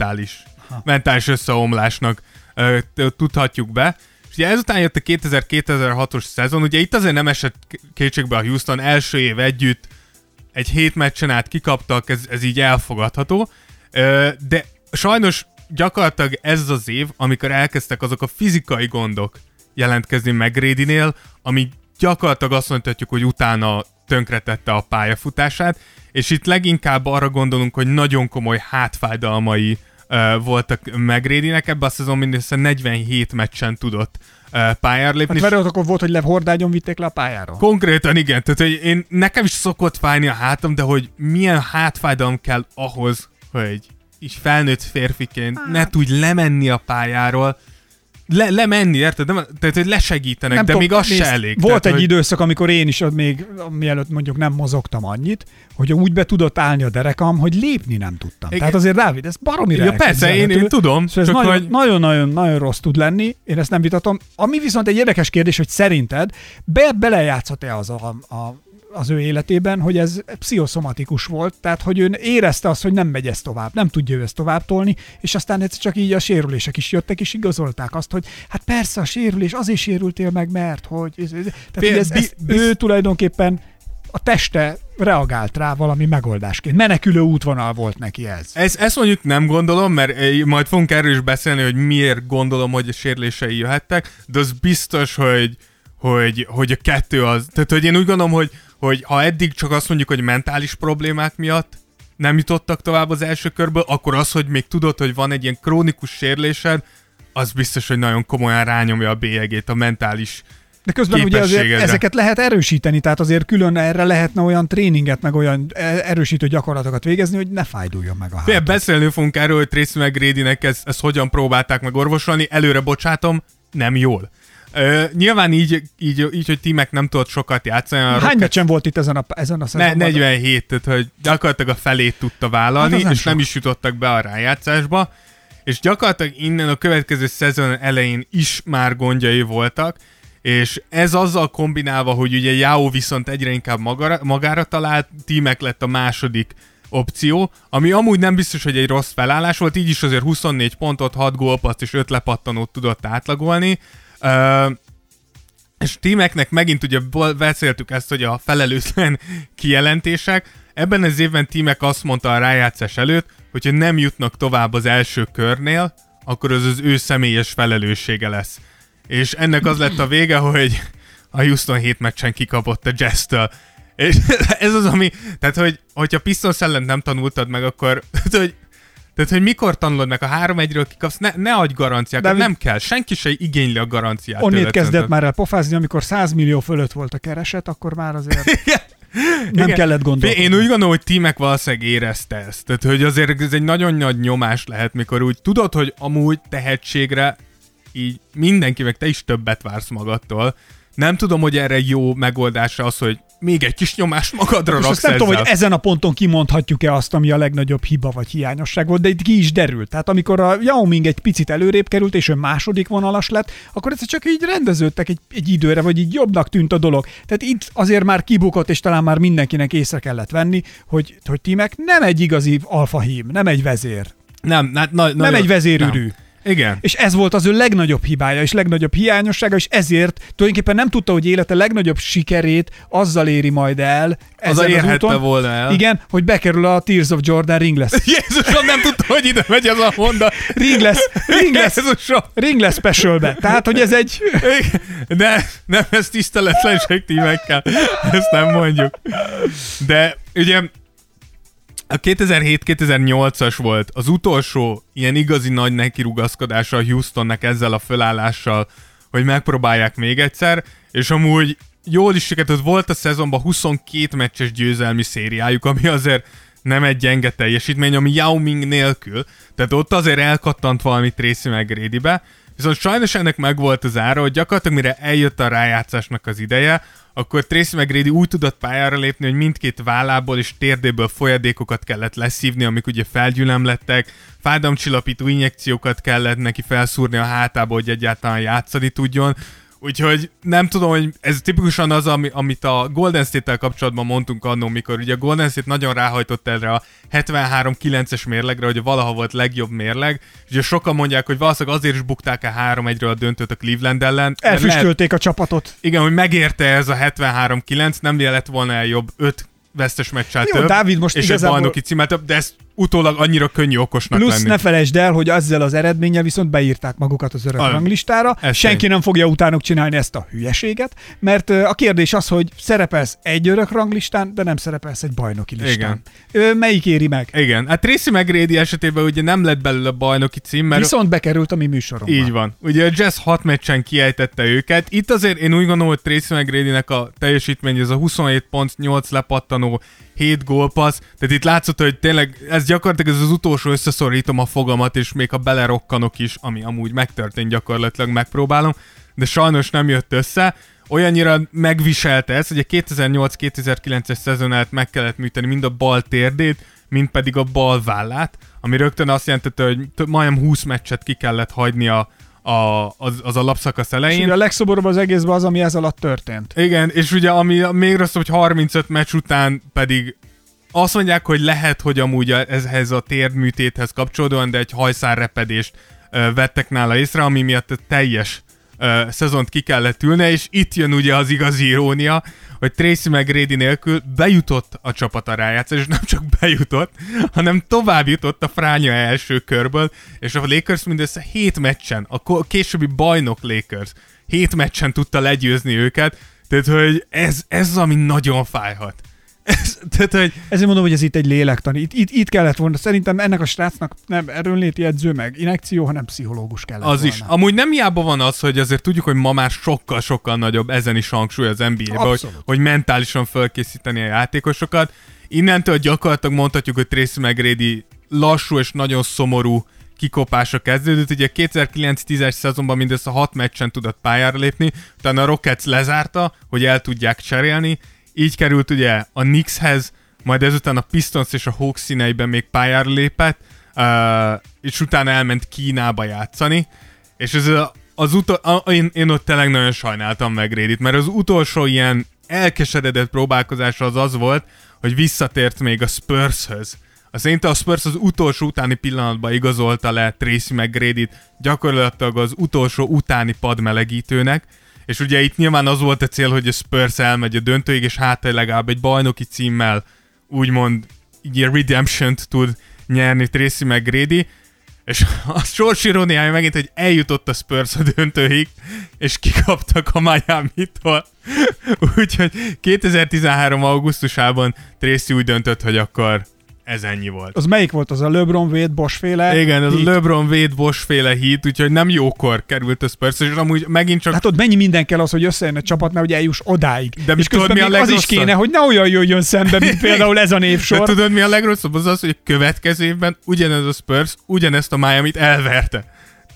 D: mentális összeomlásnak tudhatjuk be. És ugye ezután jött a 2000-2006-os szezon, ugye itt azért nem esett kétségbe a Houston, első év együtt, egy 7 meccsen át kikaptak, ez így elfogadható, de sajnos gyakorlatilag ez az év, amikor elkezdtek azok a fizikai gondok jelentkezni McGrady-nél, ami gyakorlatilag azt mondhatjuk, hogy utána tönkretette a pályafutását, és itt leginkább arra gondolunk, hogy nagyon komoly hátfájdalmai voltak McGrady-nek, ebben a szezon mindössze 47 meccsen tudott pályára lépni.
C: Hát akkor volt, hogy hordágyon vitték le a pályára?
D: Konkrétan igen, tehát hogy nekem is szokott fájni a hátam, de hogy milyen hátfájdalom kell ahhoz, hogy így felnőtt férfiként ne tudj lemenni a pályáról, lemenni, érted? Tehát, hogy lesegítenek, nem de még az se elég.
C: Volt
D: tehát,
C: egy időszak, amikor én is még mielőtt mondjuk nem mozogtam annyit, hogy úgy be tudott állni a derekam, hogy lépni nem tudtam. Igen. Tehát azért, Dávid, ez baromira
D: elképzelhető. Ja, persze, én tudom.
C: Szóval ez nagyon rossz tud lenni, én ezt nem vitatom. Ami viszont egy érdekes kérdés, hogy szerinted belejátszhat-e az ő életében, hogy ez pszichoszomatikus volt, tehát hogy ő érezte azt, hogy nem megy ez tovább, nem tudja ő ezt tovább tolni, és aztán egyszer csak így a sérülések is jöttek, és igazolták azt, hogy hát persze a sérülés, azért sérültél meg, mert hogy... Tehát ő tulajdonképpen a teste reagált rá valami megoldásként. Menekülő útvonal volt neki ez.
D: Ezt mondjuk nem gondolom, mert majd fogunk erről is beszélni, hogy miért gondolom, hogy a sérülései jöhettek, de az biztos, hogy a kettő az... Tehát, hogy én úgy gondolom, hogy ha eddig csak azt mondjuk, hogy mentális problémák miatt nem jutottak tovább az első körből, akkor az, hogy még tudod, hogy van egy ilyen krónikus sérülésed, az biztos, hogy nagyon komolyan rányomja a bélyegét a mentális
C: de közben ugye azért ezeket lehet erősíteni, tehát azért külön erre lehetne olyan tréninget, meg olyan erősítő gyakorlatokat végezni, hogy ne fájduljon meg a hátam.
D: Beszélni fogunk erről, hogy Tracy McGrady-nek ezt hogyan próbálták meg orvosolni, előre bocsátom, nem jól. Nyilván így, hogy tímek nem tudott sokat játszani.
C: Hány meccsen volt itt ezen a szezonban?
D: 47, tehát hogy gyakorlatilag a felét tudta vállalni, hát és nem is jutottak be a rájátszásba. És gyakorlatilag innen a következő szezon elején is már gondjai voltak, és ez azzal kombinálva, hogy ugye Yao viszont egyre inkább magára talált, tímek lett a második opció, ami amúgy nem biztos, hogy egy rossz felállás volt, így is azért 24 pontot, 6 gólpaszt és 5 lepattanót tudott átlagolni. És tímeknek megint ugye beszéltük ezt, hogy a felelőtlen kijelentések. Ebben az évben tímek azt mondta a rájátszás előtt, hogyha nem jutnak tovább az első körnél, akkor az ő személyes felelőssége lesz. És ennek az lett a vége, hogy a Houston 7 meccsen kikapott a Jazz-től. És ez az, ami... Tehát, hogyha Pistons ellen nem tanultad meg, akkor... Tehát, hogy mikor tanulod meg, a 3-1-ről kikapsz, ne adj garanciákat, nem kell. Senki se igényli a garanciát.
C: Onnét kezdett már el pofázni, amikor 100 millió fölött volt a kereset, akkor már azért nem kellett gondolni.
D: Én úgy gondolom, hogy tímek valószínűleg érezte ezt. Tehát, hogy azért ez egy nagyon nagy nyomás lehet, mikor úgy tudod, hogy amúgy tehetségre így mindenki, meg te is többet vársz magadtól. Nem tudom, hogy erre jó megoldása az, hogy még egy kis nyomást magadra raksz ezzel.
C: Nem tudom, hogy ezen a ponton kimondhatjuk-e azt, ami a legnagyobb hiba vagy hiányosság volt, de itt ki is derült. Tehát amikor a Yao Ming egy picit előrébb került, és ő második vonalas lett, akkor ez csak így rendeződtek egy időre, vagy így jobbnak tűnt a dolog. Tehát itt azért már kibukott, és talán már mindenkinek észre kellett venni, hogy tímek nem egy igazi alfahím, nem egy vezér. Nem egy vezérűrű. Nem.
D: Igen.
C: És ez volt az ő legnagyobb hibája, és legnagyobb hiányossága, és ezért tulajdonképpen nem tudta, hogy élete legnagyobb sikerét azzal éri majd el.
D: Az érhette volna el.
C: Igen, hogy bekerül a Tears of Jordan Ringless.
D: Jézusom, nem tudta, hogy ide megy ez a Honda.
C: Ringless specialbe. Tehát, hogy ez egy...
D: Nem, ez tiszteletlenség tímekkel. Ezt nem mondjuk. De ugye... A 2007-2008-as volt az utolsó ilyen igazi nagy nekirugaszkodása a Houstonnak ezzel a fölállással, hogy megpróbálják még egyszer, és amúgy jól is sikerült, volt a szezonban 22 meccses győzelmi szériájuk, ami azért nem egy gyenge teljesítmény, ami Yao Ming nélkül, tehát ott azért elkattant valami Tracy McGrady-be, Viszont sajnos ennek megvolt az ára, hogy gyakorlatilag mire eljött a rájátszásnak az ideje, akkor Tracy McGrady úgy tudott pályára lépni, hogy mindkét vállából és térdéből folyadékokat kellett leszívni, amik ugye felgyülemlettek, fájdalomcsillapító injekciókat kellett neki felszúrni a hátába, hogy egyáltalán játszani tudjon. Úgyhogy nem tudom, hogy ez tipikusan az, amit a Golden State-tel kapcsolatban mondtunk annól, mikor ugye a Golden State nagyon ráhajtott erre a 73-9-es mérlegre, hogy valaha volt legjobb mérleg, és ugye sokan mondják, hogy valószínűleg azért is bukták el 3-1-ről a döntőt a Cleveland ellen.
C: Elfüstölték a csapatot.
D: Igen, hogy megérte ez a 73-9, nem lett volna el jobb 5 vesztes meccsel több,
C: Dávid, most
D: és
C: igazából...
D: egy bajnoki címmel több, de ez utólag annyira könnyű okosnak
C: Plusz
D: lenni.
C: ne felejtsd el, hogy ezzel az eredménnyel viszont beírták magukat az örök ranglistára. Senki nem fogja utánuk csinálni ezt a hülyeséget, mert a kérdés az, hogy szerepelsz egy örök ranglistán, de nem szerepelsz egy bajnoki listán. Igen. Melyik éri meg?
D: Igen, hát Tracy McGrady esetében ugye nem lett belőle bajnoki cím, mert...
C: Viszont bekerült a mi műsorunkba.
D: Így van. Ugye a Jazz 6 meccsen kiejtette őket. Itt azért én úgy gondolom, hogy Tracy McGrady-nek a teljesítmény, ez a 27 pont, 8 lepattanó, 7 gólpassz, tehát itt látszott, hogy tényleg ez gyakorlatilag ez az utolsó összeszorítom a fogamat, és még ha belerokkanok is, ami amúgy megtörtént gyakorlatilag megpróbálom, de sajnos nem jött össze. Olyannyira megviselte ezt, hogy a 2008-2009-es szezon előtt meg kellett műteni mind a bal térdét, mind pedig a bal vállát, ami rögtön azt jelentette, hogy majdnem 20 meccset ki kellett hagyni az alapszakasz elején.
C: És ugye a legszomorúbb az egészben az, ami ez alatt történt.
D: Igen, és ugye ami még rosszabb, hogy 35 meccs után pedig azt mondják, hogy lehet, hogy amúgy ehhez a térdműtéthez kapcsolódóan, de egy hajszálrepedést vettek nála észre, ami miatt a teljes szezont ki kellett ülnie, és itt jön ugye az igazi irónia, hogy Tracy McGrady nélkül bejutott a csapat a rájátszás, és nem csak bejutott, hanem tovább jutott a fránya első körből, és a Lakers mindössze 7 meccsen, a későbbi bajnok Lakers 7 meccsen tudta legyőzni őket, tehát hogy ez ami nagyon fájhat.
C: Ezért mondom, hogy ez itt egy lélektani. Itt kellett volna. Szerintem ennek a srácnak nem erőnléti edző meg injekció, hanem pszichológus kellett
D: az
C: volna.
D: Is. Amúgy nem hiába van az, hogy azért tudjuk, hogy ma már sokkal-sokkal nagyobb ezen is hangsúly az NBA-ben, hogy mentálisan felkészíteni a játékosokat. Innentől gyakorlatilag mondhatjuk, hogy Tracy McGrady lassú és nagyon szomorú kikopása kezdődött. Ugye 2009-10-es szezonban mindössze 6 meccsen tudott pályára lépni, utána a Rockets lezárta, hogy el tudják cserélni. Így került ugye a Knickshez, majd ezután a Pistons és a Hawks színeiben még pályára lépett, és utána elment Kínába játszani, és ez én ott tényleg nagyon sajnáltam McGradyt, mert az utolsó ilyen elkeseredett próbálkozása az volt, hogy visszatért még a Spurshöz. Szerintem a Spurs az utolsó utáni pillanatban igazolta le Tracy McGradyt gyakorlatilag az utolsó utáni padmelegítőnek, és ugye itt nyilván az volt a cél, hogy a Spurs elmegy a döntőig, és hát legalább egy bajnoki címmel úgymond ilyen redemption-t tud nyerni Tracy McGrady, és a sors iróniája megint, hogy eljutott a Spurs a döntőig, és kikaptak a Miami-tól. Úgyhogy 2013. augusztusában Tracy úgy döntött, hogy akkor ez ennyi volt.
C: Az melyik volt? Az a LeBron Wade Bosch-féle?
D: Igen, az a LeBron Wade Bosch-féle hit, úgyhogy nem jókor került a Spurs, és amúgy megint csak...
C: Hát ott mennyi minden kell az, hogy összejön a csapatnál, hogy eljuss odáig.
D: De
C: és közben még az is kéne, hogy ne olyan jöjjön szembe, mint például ez a névsor.
D: De tudod, mi a legrosszabb? Az, hogy a következő évben ugyanez a Spurs, ugyanezt a Miamit elverte.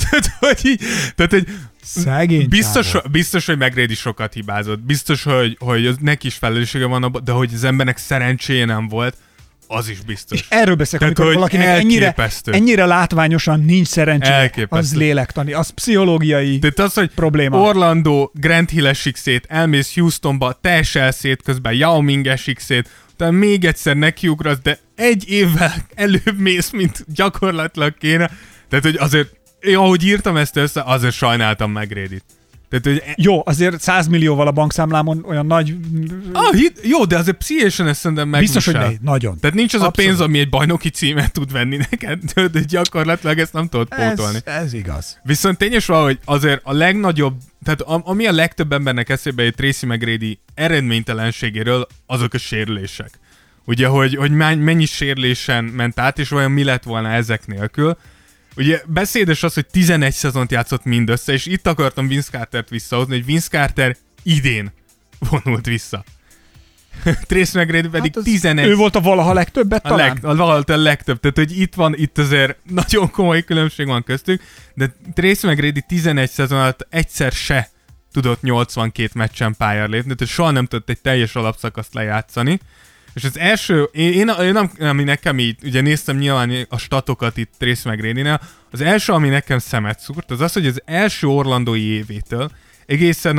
D: Tehát, hogy
C: szegény
D: biztos, hogy McGrady sokat hibázott. Biztos, hogy neki is felelőssége van abban, de hogy az embernek szerencséje nem volt, az is biztos.
C: És erről beszélek, amikor valakinek ennyire látványosan nincs szerencséje, az lélektani, az pszichológiai
D: tehát az, hogy
C: probléma.
D: Orlando, Grant Hill esik szét, elmész Houstonba, te esel szét, közben Yao Ming esik szét, utána még egyszer nekiugrasz, de egy évvel előbb mész, mint gyakorlatilag kéne. Tehát, hogy azért, ahogy írtam ezt össze, azért sajnáltam McGradyt. Tehát, hogy
C: jó, azért 100 millióval a bankszámlámon olyan nagy...
D: Jó, de azért pszichésen ezt szerintem megvisel.
C: Biztos, hogy nagyon.
D: Tehát nincs az abszolút a pénz, ami egy bajnoki címet tud venni neked, de gyakorlatilag ezt nem tudod pótolni.
C: Ez igaz.
D: Viszont tényes valahogy azért a legnagyobb, tehát ami a legtöbb embernek eszébe jut Tracy McGrady eredménytelenségéről, azok a sérülések. Ugye, hogy mennyi sérülésen ment át, és vajon mi lett volna ezek nélkül. Ugye beszédes az, hogy 11 szezont játszott mindössze, és itt akartam Vince Cartert visszahozni, hogy Vince Carter idén vonult vissza. Tracy McGrady pedig 11.
C: Ő volt a valaha legtöbbet talán?
D: Valaha a legtöbb. Tehát, hogy itt azért nagyon komoly különbség van köztük, de Tracy McGrady 11 szezon alatt egyszer se tudott 82 meccsen pályára lépni, tehát soha nem tudott egy teljes alapszakaszt lejátszani. És az első, ami nekem így, ugye néztem nyilván a statokat itt Tracy McGrady-nél, az első, ami nekem szemet szúrt, az, hogy az első orlandói évétől egészen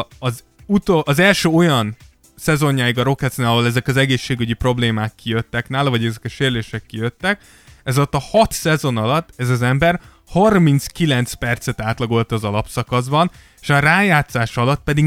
D: az első olyan szezonjáig a Rocketsnál, ahol ezek az egészségügyi problémák kijöttek nála, vagy ezek a sérülések kijöttek, ez alatt a 6 szezon alatt ez az ember 39 percet átlagolt az alapszakaszban, és a rájátszás alatt pedig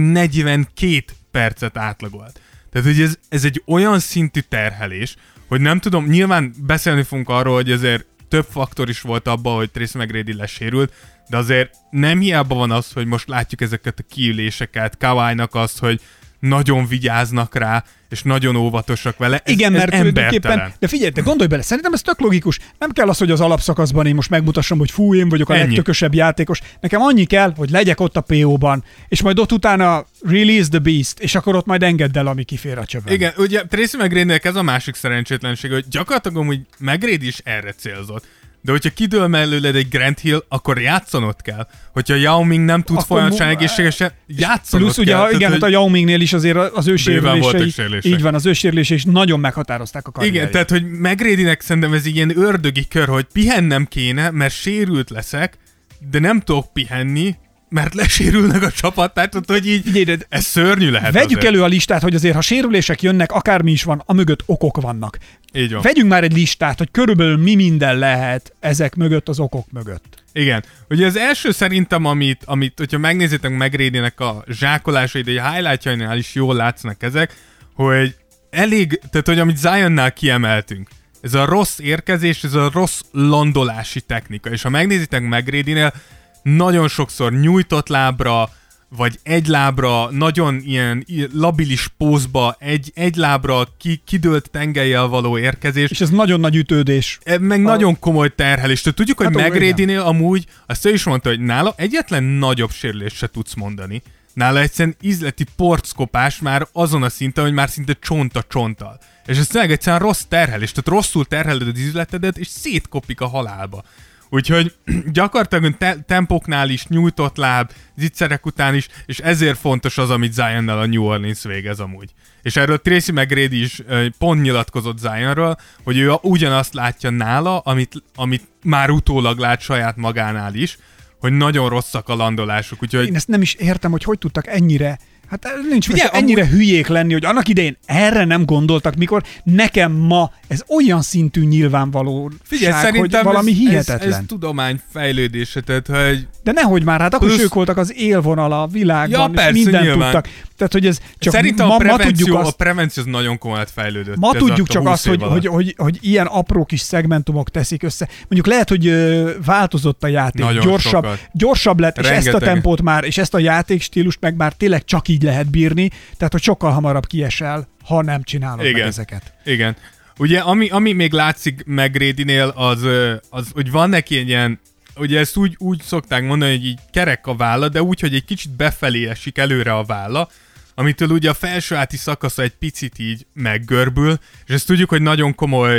D: 42 percet átlagolt. Tehát, hogy ez egy olyan szintű terhelés, hogy nem tudom, nyilván beszélni fogunk arról, hogy azért több faktor is volt abban, hogy Tracy McGrady lesérült, de azért nem hiába van az, hogy most látjuk ezeket a kiüléseket, Kawhi-nak azt, hogy nagyon vigyáznak rá, és nagyon óvatosak vele.
C: Igen, mert tulajdonképpen, de figyelj, te gondolj bele, szerintem ez tök logikus. Nem kell az, hogy az alapszakaszban én most megmutassam, hogy fú, én vagyok a legtökösebb játékos. Nekem annyi kell, hogy legyek ott a PO-ban, és majd ott utána release the beast, és akkor ott majd engedd el, ami kifér a csövön.
D: Igen, ugye Tracy McGrady-nek ez a másik szerencsétlenség, hogy gyakorlatilag hogy McGrady is erre célzott. De hogyha kidől mellőled egy Grant Hill, akkor játszanod kell. Hogyha Yao Ming nem tud folyamatosan egészségesen, játszanod
C: plusz,
D: kell.
C: Plusz ugye, hát a Yao Mingnél is azért az ő sérülései, így van, az ő sérülései is nagyon meghatározták a karrierjét.
D: Igen, tehát hogy McGradynek szerintem ez ilyen ördögi kör, hogy pihennem kéne, mert sérült leszek, de nem tudok pihenni, mert lesérülnek a csapat, tehát hogy így ez szörnyű lehet.
C: Vegyük
D: azért
C: elő a listát, hogy azért ha sérülések jönnek, akármi is van, amögött okok vannak.
D: Így van.
C: Vegyünk már egy listát, hogy körülbelül mi minden lehet ezek mögött, az okok mögött.
D: Igen. Ugye az első szerintem, amit hogyha megnézitek McGradynek a zsákolásait, egy highlightjainál is jól látsznak ezek, hogy tehát hogy amit Zionnál kiemeltünk, ez a rossz érkezés, ez a rossz landolási technika, és ha megnézitek McGradynél, nagyon sokszor nyújtott lábra, vagy egy lábra, nagyon ilyen labilis pózba, egy lábra kidőlt tengellyel való érkezés.
C: És ez nagyon nagy ütődés.
D: Meg nagyon komoly terhelés. Tehát tudjuk, hogy McGradynél amúgy, azt ő is mondta, hogy nála egyetlen nagyobb sérülést se tudsz mondani. Nála egyszerűen ízleti porckopás már azon a szinten, hogy már szinte csont a csonttal. És ez tényleg egyszerűen rossz terhelés. Tehát rosszul terheled az ízletedet, és szétkopik a halálba. Úgyhogy gyakorlatilag tempóknál is, nyújtott láb, zicserek után is, és ezért fontos az, amit Zionnal a New Orleans végez amúgy. És erről Tracy McGrady is pont nyilatkozott Zionról, hogy ő ugyanazt látja nála, amit már utólag lát saját magánál is, hogy nagyon rosszak a landolásuk. Úgyhogy...
C: Én ezt nem is értem, hogy tudtak ennyire... Hát nincs ennyire hülyék lenni, hogy annak idején erre nem gondoltak, mikor nekem ma ez olyan szintű nyilvánvalóság, hogy valami hihetetlen.
D: Ez tudomány fejlődése, tehát hogy...
C: De nehogy már, hát akkor is ők voltak az élvonal a világban, ja, persze, mindent nyilván tudtak. Tehát, hogy ez csak
D: szerintem ma tudjuk azt... a prevenció az nagyon komolyan fejlődött.
C: Ma tudjuk csak azt, hogy ilyen apró kis szegmentumok teszik össze. Mondjuk lehet, hogy változott a játék, gyorsabb lett, és ezt a tempót már, és ezt a játékstílust meg már tényleg csak így lehet bírni, tehát hogy sokkal hamarabb kiesel, ha nem csinálod meg ezeket.
D: Igen. Ugye, ami még látszik McGradynél, az, hogy van neki egy ilyen, ugye ezt úgy szokták mondani, hogy így kerek a válla, de úgy, hogy egy kicsit befelé esik előre a válla, amitől ugye a felsőháti szakasza egy picit így meggörbül, és ezt tudjuk, hogy nagyon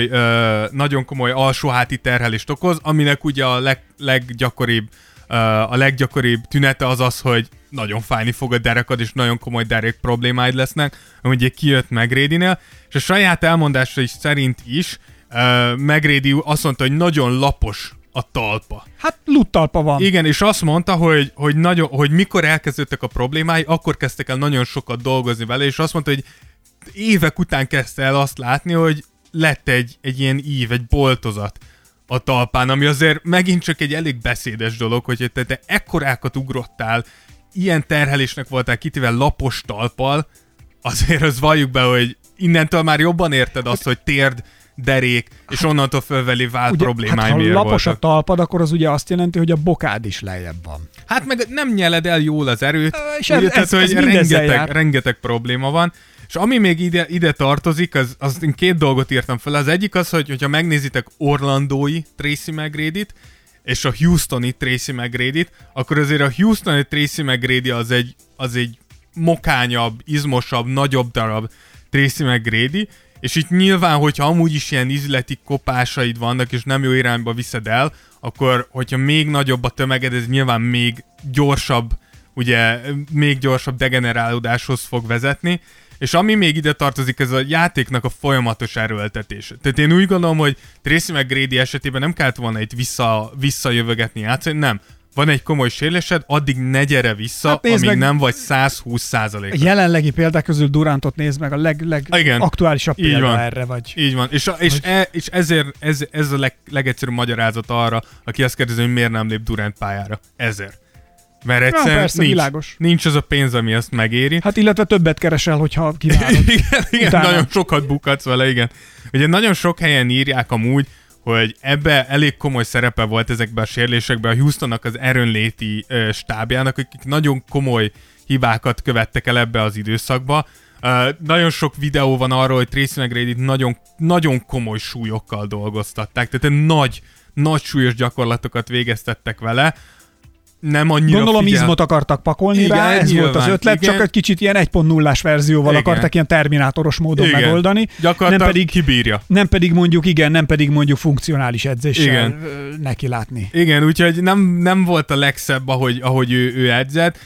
D: komoly alsóháti terhelést okoz, aminek ugye a leggyakoribb tünete az, hogy nagyon fájni fog a derekad, és nagyon komoly derek problémáid lesznek, ami ugye kijött McGradynél, és a saját elmondása is szerint is McGrady azt mondta, hogy nagyon lapos a talpa.
C: Hát luttalpa van.
D: Igen, és azt mondta, hogy mikor elkezdődtek a problémái, akkor kezdtek el nagyon sokat dolgozni vele, és azt mondta, hogy évek után kezdte el azt látni, hogy lett egy ilyen ív, egy boltozat a talpán, ami azért megint csak egy elég beszédes dolog, hogy te ekkorákat ugrottál, ilyen terhelésnek voltál kitéve lapos talppal, azért az valljuk be, hogy innentől már jobban érted azt, hogy térd, derék, és onnantól fölveli vált problémái miért voltak.
C: Ha lapos a talpad, akkor az ugye azt jelenti, hogy a bokád is lejjebb van.
D: Hát meg nem nyeled el jól az erőt,
C: és ez
D: rengeteg probléma van. És ami még ide tartozik, az én két dolgot írtam fel. Az egyik az, hogyha megnézitek orlandói Tracy McGrady-t, és a houstoni Tracy McGrady-t, akkor azért a houstoni Tracy McGrady az egy mokányabb, izmosabb, nagyobb darab Tracy McGrady, és itt nyilván, hogyha amúgy is ilyen ízleti kopásaid vannak, és nem jó irányba viszed el, akkor, hogyha még nagyobb a tömeged, ez nyilván még gyorsabb degenerálódáshoz fog vezetni, és ami még ide tartozik, ez a játéknak a folyamatos erőltetése. Tehát én úgy gondolom, hogy Tracy McGrady esetében nem kellett volna itt visszajövögetni játszani, nem. Van egy komoly sérülésed, addig ne gyere vissza, hát amíg nem vagy 120%.
C: A jelenlegi példák közül Durantot nézd meg, a legaktuálisabb példa erre vagy.
D: Így van, és ezért ez a legegyszerűbb magyarázat arra, aki azt kérdezi, hogy miért nem lép Durant pályára. Ezért. Mert egyszerűen nincs az a pénz, ami ezt megéri.
C: Hát illetve többet keresel, hogyha kiválod.
D: igen, nagyon sokat bukadsz vele, igen. Ugye nagyon sok helyen írják amúgy, hogy ebbe elég komoly szerepe volt ezekben a sérülésekben a Houstonnak az erőnléti stábjának, akik nagyon komoly hibákat követtek el ebbe az időszakba. Nagyon sok videó van arról, hogy Tracy McGrady-t nagyon, nagyon komoly súlyokkal dolgoztatták, tehát nagy súlyos gyakorlatokat végeztettek vele. Nem annyira
C: Gondolom izmot akartak pakolni
D: igen,
C: rá, ez
D: nyilván,
C: volt az ötlet,
D: igen.
C: csak egy kicsit ilyen 1.0-ás verzióval igen. akartak ilyen terminátoros módon
D: igen.
C: megoldani.
D: Gyakorlatilag kibírja.
C: Nem pedig mondjuk funkcionális edzéssel neki látni.
D: Igen, úgyhogy nem volt a legszebb, ahogy ő edzett.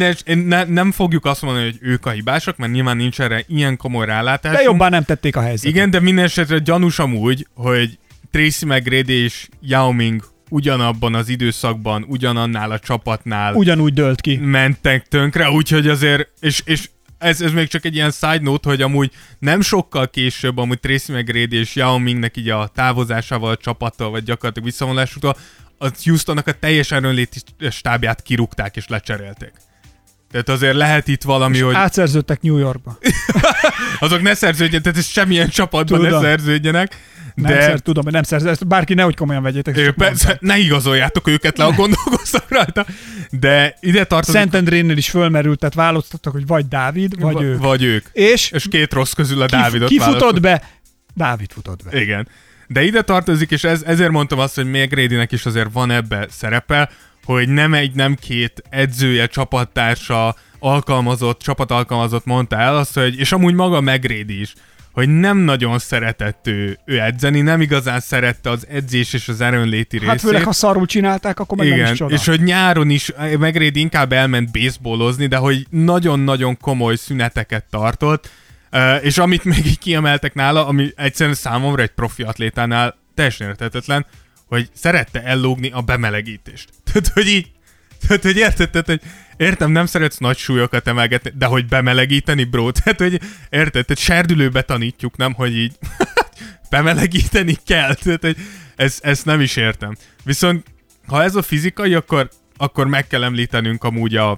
D: Nem fogjuk azt mondani, hogy ők a hibások, mert nyilván nincs erre ilyen komoly rálátásunk.
C: De jobban nem tették a helyzetet.
D: Igen, de minden esetre gyanús amúgy, hogy Tracy McGrady és Yao Ming ugyanabban az időszakban, ugyanannál a csapatnál
C: ugyanúgy dőlt ki.
D: Mentek tönkre, úgyhogy azért, és ez még csak egy ilyen side note, hogy amúgy nem sokkal később amúgy Tracy McGrady és Yao Mingnek így a távozásával a csapattól, vagy gyakorlatilag visszavonulásútól, a Houstonnak a teljes erőnléti stábját kirúgták és lecserélték. Tehát azért lehet itt valami,
C: és
D: hogy...
C: átszerződtek New Yorkba.
D: Azok ne szerződjenek, tehát ez semmilyen csapatban ne szerződjenek.
C: Tudom, hogy nem szerződjenek. Bárki nehogy komolyan vegyétek.
D: Persze, ne igazoljátok őket le, ha gondolkoztak rajta. De ide tartozik...
C: Szentendrénnél is fölmerült, tehát választottak, hogy vagy Dávid, vagy ők.
D: Vagy ők. És két rossz közül a Dávidot
C: kifutott be? Dávid futott be.
D: Igen. De ide tartozik, és ezért mondtam azt, hogy McGradynek is azért van ebbe szerepe, hogy nem két edzője, csapattársa, csapatalkalmazott mondta el azt, hogy, és amúgy maga McGrady is, hogy nem nagyon szeretett ő edzeni, nem igazán szerette az edzés és az erőnléti részét.
C: Hát főleg, ha szarul csinálták, akkor meg
D: igen,
C: nem is csoda.
D: És hogy nyáron is McGrady inkább elment baseballozni, de hogy nagyon-nagyon komoly szüneteket tartott, és amit még így kiemeltek nála, ami egyszerűen számomra egy profi atlétánál teljesen érthetetlen, hogy szerette ellógni a bemelegítést. Tehát, hogy érted, hogy értem, nem szeretsz nagy súlyokat emelgetni, de hogy bemelegíteni, bro, tehát, hogy érted, tehát serdülőbe tanítjuk, nem, hogy így bemelegíteni kell, tehát, hogy ezt nem is értem. Viszont, ha ez a fizikai, akkor meg kell említenünk amúgy a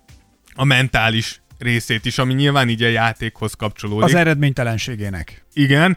D: mentális részét is, ami nyilván így a játékhoz kapcsolódik.
C: Az eredménytelenségének.
D: Igen.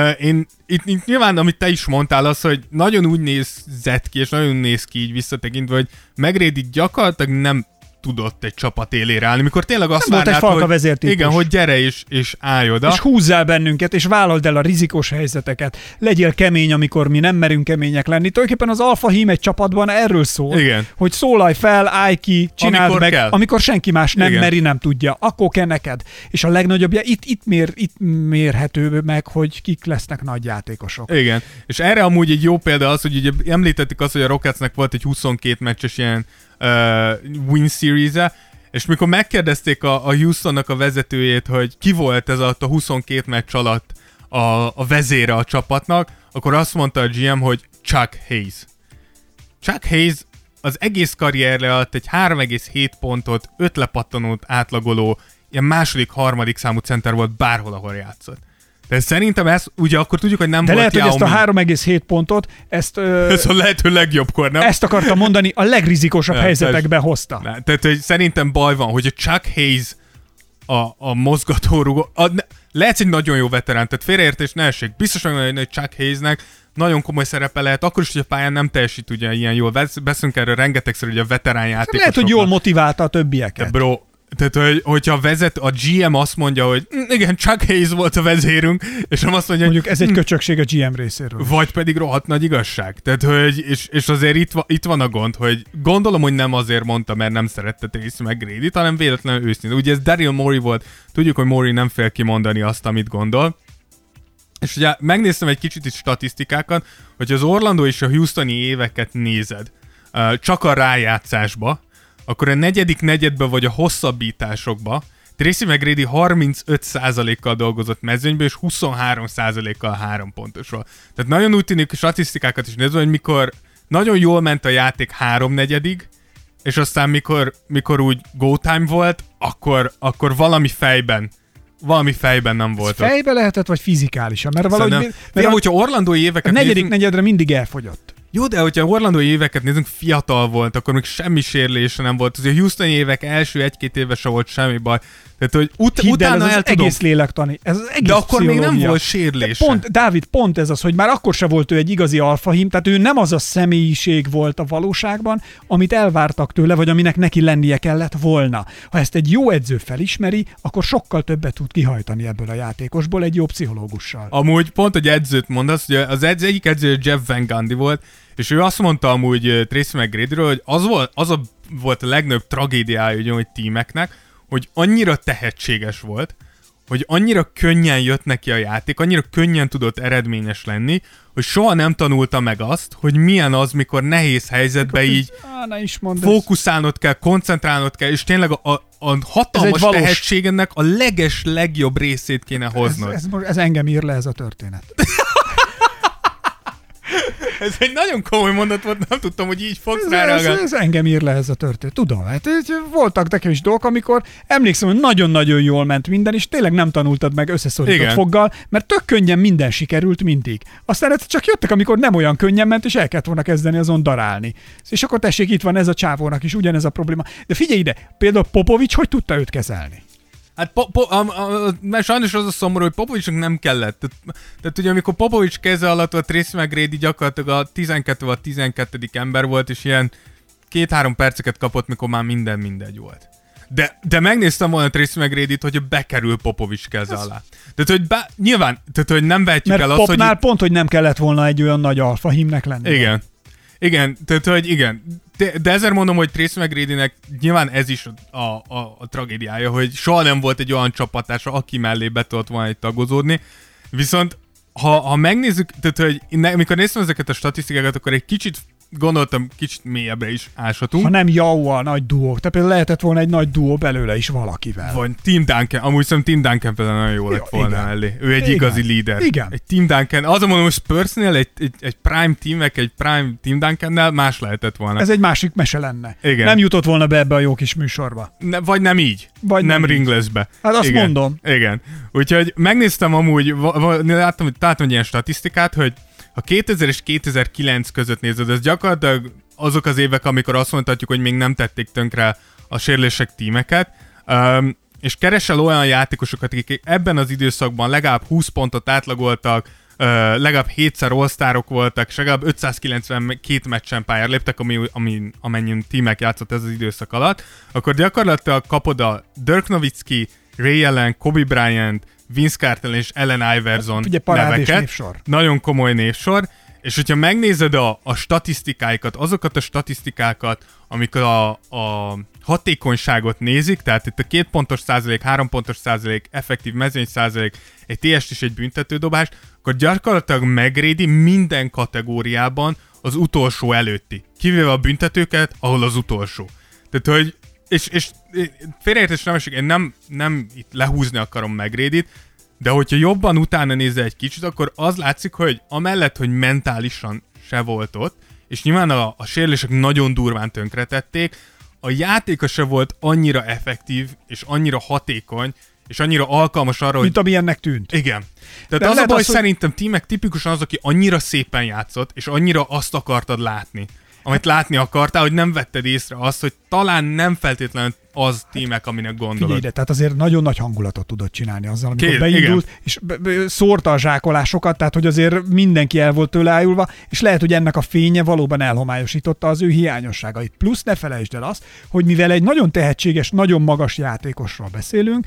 D: Itt nyilván, amit te is mondtál, az, hogy nagyon úgy nézett ki, és nagyon néz ki így visszatekintve, hogy McGrady gyakorlatilag nem tudott egy csapat élére állni, mikor tényleg azt várnád, hogy igen, hogy gyere és állj oda.
C: És húzzál bennünket, és vállald el a rizikós helyzeteket. Legyél kemény, amikor mi nem merünk kemények lenni. Tulajdonképpen az alfa hím egy csapatban erről szól,
D: igen.
C: hogy szólalj fel, állj ki, csináld amikor meg, kell. Amikor senki más nem igen. meri, nem tudja. Akkor kell neked. És a legnagyobbja, itt mérhető meg, hogy kik lesznek nagy játékosok.
D: Igen. És erre amúgy egy jó példa az, hogy ugye említettük azt, hogy a Rocketsnek volt egy 22 meccses ilyen win series-e, és mikor megkérdezték a Houstonnak a vezetőjét, hogy ki volt ez alatt a 22 meccs alatt a vezére a csapatnak, akkor azt mondta a GM, hogy Chuck Hayes. Chuck Hayes az egész karrierje alatt egy 3,7 pontot, 5 lepattanót átlagoló, ilyen második-harmadik számú center volt bárhol, ahol játszott. De szerintem ez, ugye akkor tudjuk, hogy nem
C: de
D: volt
C: lehet, hogy ezt a 3,7 pontot,
D: ez a lehető legjobbkor, nem?
C: Ezt akartam mondani, a legrizikosabb helyzetekbe hozta.
D: Tehát, hogy szerintem baj van, hogy a Chuck Hayes a mozgatórugó, lehetsz egy nagyon jó veterán, tehát félreértés ne essék. Biztos van, hogy Chuck Hayesnek nagyon komoly szerepe lehet, akkor is, hogy a pályán nem teljesít ugye ilyen jól. Beszélünk erről rengetegszer, hogy a veterán játékosoknak.
C: Lehet, hogy jól motiválta a többieket.
D: De bro, Tehát, hogyha a GM azt mondja, hogy igen, Chuck Hayes volt a vezérünk, és nem azt mondja,
C: mondjuk ez egy köcsökség a GM részéről.
D: Vagy pedig rohadt nagy igazság. Tehát, hogy, és azért itt van a gond, hogy gondolom, hogy nem azért mondta, mert nem szerette Tracy McGrady-t, hanem véletlenül őszintén. Ugye ez Daryl Morey volt, tudjuk, hogy Morey nem fél kimondani azt, amit gondol. És ugye megnéztem egy kicsit is statisztikákat, hogy az Orlando és a Houstoni éveket nézed, csak a rájátszásba, akkor a negyedik negyedbe vagy a hosszabbításokba Tracy McGrady 35%-kal dolgozott mezőnybe, és 23%-kal 3 pontosról. Tehát nagyon úgy tűnik, statisztikákat is nézve, hogy mikor nagyon jól ment a játék 3/4, és aztán mikor úgy go time volt, akkor valami fejben nem volt.
C: Fejbe lehetett, vagy fizikálisan? Mert valahogy...
D: hogyha Orlandói éveket
C: a negyedik negyedre mindig elfogyott.
D: Jó, de hogyha Orlandói éveket nézünk, fiatal volt, akkor még semmi sérülése nem volt. Azért a Houstoni évek első 1-2 éve se volt semmi baj. Tehát, hogy utána
C: ez egész lélektani. Ez az egész
D: de akkor még nem volt sérülése.
C: Dávid, pont ez az, hogy már akkor se volt ő egy igazi alfahím, tehát ő nem az a személyiség volt a valóságban, amit elvártak tőle, vagy aminek neki lennie kellett volna. Ha ezt egy jó edző felismeri, akkor sokkal többet tud kihajtani ebből a játékosból egy jó pszichológussal.
D: Amúgy pont, hogy edzőt mondasz, hogy az egyik edző Jeff Van Gundy volt, és ő azt mondta amúgy Tracy McGradyről, hogy az volt a legnagyobb tragédiája hogy tímeknek, hogy annyira tehetséges volt, hogy annyira könnyen jött neki a játék, annyira könnyen tudott eredményes lenni, hogy soha nem tanulta meg azt, hogy milyen az, mikor nehéz helyzetben így fókuszálnod kell, koncentrálnod kell, és tényleg a hatalmas tehetségednek a legjobb részét kéne hoznod.
C: Ez engem ír le ez a történet.
D: Ez egy nagyon komoly mondat volt, nem tudtam, hogy így fogsz rá reagálni.
C: Ez engem ír le ez a történet. Tudom, hát voltak nekem is dolgok, amikor emlékszem, hogy nagyon-nagyon jól ment minden, és tényleg nem tanultad meg összeszorított foggal, mert tök könnyen minden sikerült mindig. Aztán csak jöttek, amikor nem olyan könnyen ment, és el kellett volna kezdeni azon darálni. És akkor tessék, itt van ez a csávónak is ugyanez a probléma. De figyelj ide, például Popovics hogy tudta őt kezelni?
D: Hát mert sajnos az a szomorú, hogy Popovicsnak nem kellett. Tehát ugye amikor Popovics keze alatt a Tracy McGrady gyakorlatilag a 12 vagy 12. ember volt, és ilyen 2-3 perceket kapott, mikor már minden mindegy volt. De megnéztem volna Tracy McGrady-t, hogy bekerül Popovics keze alá. Tehát, hogy nyilván, tehát, hogy nem vehetjük
C: el
D: azt, hogy...
C: Mert Popnál pont, hogy nem kellett volna egy olyan nagy alfahímnek lenni.
D: Igen, tehát, hogy igen. De ezért mondom, hogy Tracy McGradynek nyilván ez is a tragédiája, hogy soha nem volt egy olyan csapatása, aki mellé be tudott volna tagozódni. Viszont, ha megnézzük, tehát, hogy amikor néztem ezeket a statisztikákat, akkor egy kicsit gondoltam, kicsit mélyebbre is áshatunk.
C: Ha nem Jau a nagy duó, tehát például lehetett volna egy nagy duó belőle is valakivel.
D: Vagy Tim Duncan, amúgy szerintem Tim Duncan például nagyon jó lett volna mellé. Ő egy igazi líder.
C: Igen.
D: Egy Tim Duncan, azt mondom, hogy Spursnél egy prime teamnek, egy prime Tim Duncannel más lehetett volna.
C: Ez egy másik mese lenne.
D: Igen.
C: Nem jutott volna be ebbe a jó kis műsorba.
D: Vagy nem így. Vagy nem ringlessbe.
C: Hát azt mondom.
D: Igen. Úgyhogy megnéztem amúgy, láttam egy ilyen statisztikát, hogy ha 2000 és 2009 között nézed, ez gyakorlatilag azok az évek, amikor azt mondhatjuk, hogy még nem tették tönkre a sérülések tímeket, és keresel olyan játékosokat, akik ebben az időszakban legalább 20 pontot átlagoltak, legalább 7-szer all-starok voltak, és legalább 592 meccsen pályára léptek, amennyi tímek játszott ez az időszak alatt, akkor gyakorlatilag kapod a Dirk Nowitzki, Ray Allen, Kobe Bryant, Vince Carter és Allen Iverson neveket. Névsor. Nagyon komoly névsor. És hogyha megnézed a statisztikáikat, azokat a statisztikákat, amikor a hatékonyságot nézik, tehát itt a 2 pontos százalék, 3 pontos százalék, effektív mezőny százalék, egy TS-t és egy büntetődobás, akkor gyakorlatilag McGrady minden kategóriában az utolsó előtti. Kivéve a büntetőket, ahol az utolsó. Tehát, hogy és félreértés nem esik, én nem itt lehúzni akarom McGradyt, de hogyha jobban utána nézze egy kicsit, akkor az látszik, hogy amellett, hogy mentálisan se volt ott, és nyilván a sérülések nagyon durván tönkretették, a játéka se volt annyira effektív, és annyira hatékony, és annyira alkalmas arra,
C: mint amilyennek tűnt.
D: Igen. Tehát az a baj, szerintem tímek tipikusan az, aki annyira szépen játszott, és annyira azt akartad látni, amit látni akartál, hogy nem vetted észre azt, hogy talán nem feltétlenül az tímek, aminek gondolod.
C: Figyelj ide, tehát azért nagyon nagy hangulatot tudott csinálni azzal, amikor beindult,
D: igen.
C: és szórta a zsákolásokat, tehát hogy azért mindenki el volt tőle ájulva, és lehet, hogy ennek a fénye valóban elhomályosította az ő hiányosságait. Plusz ne felejtsd el azt, hogy mivel egy nagyon tehetséges, nagyon magas játékosról beszélünk,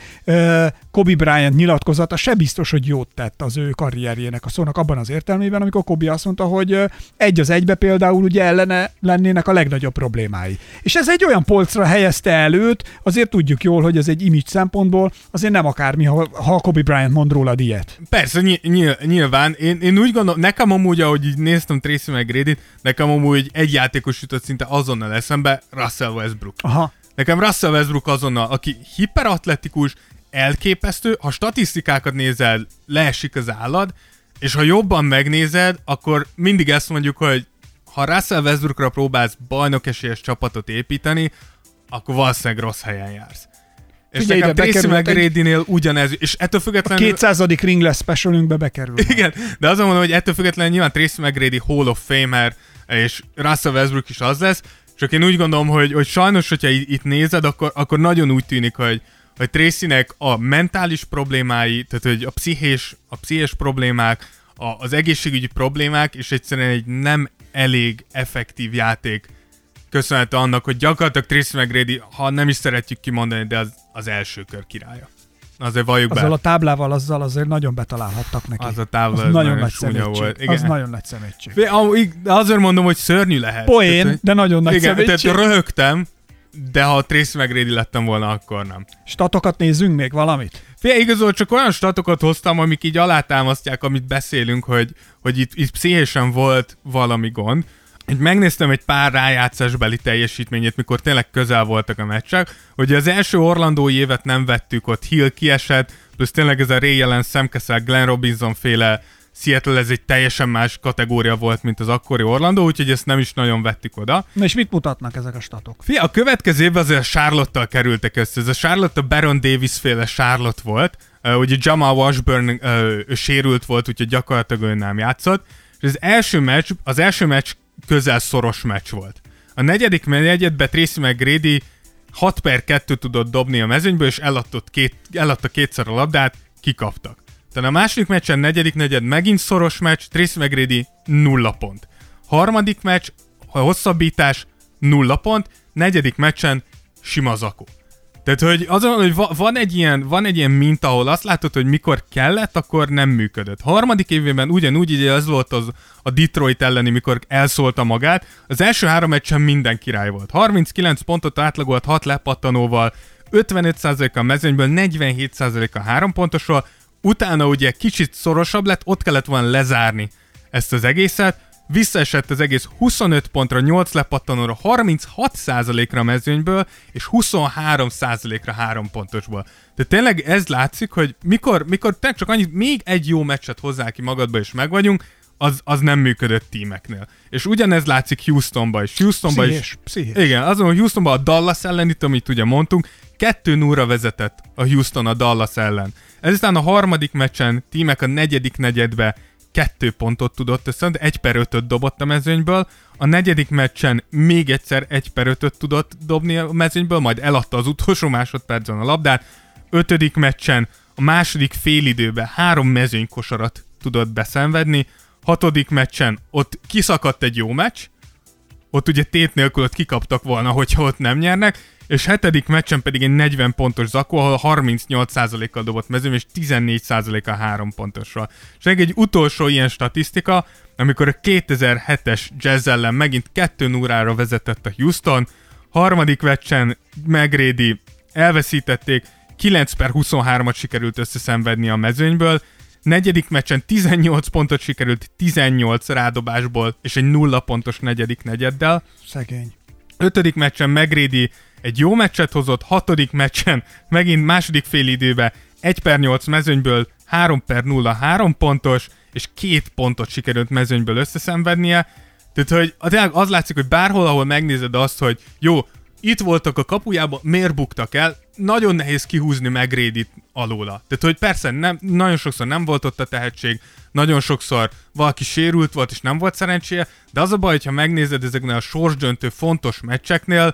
C: Kobe Bryant nyilatkozata se biztos, hogy jót tett az ő karrierjének a szónak abban az értelmében, amikor Kobe azt mondta, hogy egy az egybe például ugye ellene lennének a legnagyobb problémái. És ez egy olyan polcra helyezte előtt, azért tudjuk jól, hogy ez egy image szempontból azért nem akármi, ha Kobe Bryant mond rólad ilyet.
D: Persze, nyilván. Én úgy gondolom, nekem amúgy, ahogy így néztem Tracy McGrady-t, nekem amúgy egy játékos jutott szinte azonnal eszembe, Russell Westbrook.
C: Aha.
D: Nekem Russell Westbrook azonnal, aki hiperatletikus, elképesztő, ha statisztikákat nézel, leesik az állad, és ha jobban megnézed, akkor mindig ezt mondjuk, hogy ha Russell Westbrookra próbálsz bajnokesélyes csapatot építeni, akkor valószínűleg rossz helyen jársz. És nekem Tracy McGrady-nél ugyanez, és ettől függetlenül...
C: A 200. Ringless specialünkbe bekerül.
D: Igen, de azon mondom, hogy ettől függetlenül nyilván Tracy McGrady Hall of Famer, és Russell Westbrook is az lesz, csak én úgy gondolom, hogy sajnos, hogyha itt nézed, akkor nagyon úgy tűnik, hogy Tracynek a mentális problémái, tehát hogy a pszichés problémák, az egészségügyi problémák, és egyszerűen egy nem elég effektív játék köszönhető annak, hogy gyakorlatilag Tracy McGrady, ha nem is szeretjük kimondani, de az első kör királya. Azért valljuk be.
C: Azzal a táblával, azzal azért nagyon betalálhattak neki.
D: Az a tábla
C: az nagyon nagy
D: csúnya volt.
C: Igen. Az nagyon nagy szemétség.
D: Azért mondom, hogy szörnyű lehet.
C: Poén, tehát, de nagyon nagy
D: igen,
C: szemétség.
D: Tehát röhögtem, de ha Tracy McGrady lettem volna, akkor nem.
C: Statokat nézzünk még valamit?
D: Igazából csak olyan statokat hoztam, amik így alátámasztják, amit beszélünk, hogy itt pszichésen volt valami gond. Megnéztem egy pár rájátszásbeli teljesítményét, mikor tényleg közel voltak a meccsek. Ugye az első orlandói évet nem vettük, ott Hill kiesett, plusz tényleg ez a Ray Allen, Sam Cassell, Glenn Robinson féle Seattle, ez egy teljesen más kategória volt, mint az akkori Orlando, úgyhogy ezt nem is nagyon vettük oda.
C: Na és mit mutatnak ezek a statok?
D: A következő évben azért a Charlotte-tal kerültek össze. Ez a Charlotte a Baron Davis féle Charlotte volt. Ugye Jamal Washburn sérült volt, úgyhogy gyakorlatilag ő nem játszott. És az első meccs közel szoros meccs volt. A negyedik negyedben Tracy McGrady 6/2 tudott dobni a mezőnyből, és eladta kétszer a labdát, kikaptak. Tehát a második meccsen, negyedik negyed megint szoros meccs, Tracy McGrady 0 pont. Harmadik meccs, hosszabbítás, 0 pont, negyedik meccsen sima zakó. Tehát, hogy azon, hogy van egy ilyen minta, ahol azt látod, hogy mikor kellett, akkor nem működött. Harmadik évében ugyanúgy, ugye az volt a Detroit elleni, mikor elszólta magát. Az első 3 meccsen minden király volt. 39 pontot átlagolt 6 lepattanóval, 55% a mezőnyből, 47% a 3 pontosról. Utána ugye kicsit szorosabb lett, ott kellett volna lezárni ezt az egészet. Visszaesett az egész 25 pontra, 8 lepattanóra, 36%-ra a mezőnyből, és 23%-ra 3 pontosból. De tényleg ez látszik, hogy mikor csak annyit, még egy jó meccset hozzá ki magadba, és megvagyunk, az nem működött tímeknél. És ugyanez látszik Houstonba is.
C: Pszichés.
D: Igen, azon, hogy Houstonban a Dallas ellen, itt amit ugye mondtunk, 2-0-ra vezetett a Houston a Dallas ellen. Ezután a harmadik meccsen tímek a negyedik negyedbe 2 pontot tudott össze, de 1/5-öt dobott a mezőnyből. A negyedik meccsen még egyszer 1/5-öt tudott dobni a mezőnyből, majd eladta az utolsó másodpercen a labdát. 5. meccsen a második félidőben 3 mezőnykosarat tudott beszenvedni. 6. meccsen ott kiszakadt egy jó meccs, ott ugye tét nélkül ott kikaptak volna, hogyha ott nem nyernek, és 7. meccsen pedig egy 40 pontos zakó, ahol 38%-kal dobott mezőny, és 14%-a 3 pontosra. És egy utolsó ilyen statisztika, amikor a 2007-es Jazz ellen megint 2-0-ra vezetett a Houston, 3. meccsen McGrady elveszítették, 9/23-at sikerült összeszenvedni a mezőnyből, 4. meccsen 18 pontot sikerült 18 rádobásból, és egy 0 pontos negyedik negyeddel.
C: Szegény.
D: 5. meccsen McGrady egy jó meccset hozott, 6. meccsen megint második félidőben 1/8 mezőnyből 3/0 3 pontos, és 2 pontot sikerült mezőnyből összeszenvednie. Tehát, hogy az látszik, hogy bárhol, ahol megnézed azt, hogy jó, itt voltak a kapujában, miért buktak el, nagyon nehéz kihúzni McGrady-t alóla. Tehát, hogy persze nagyon sokszor nem volt ott a tehetség, nagyon sokszor valaki sérült volt, és nem volt szerencséje, de az a baj, hogyha megnézed ezeknél a sorsdöntő fontos meccseknél,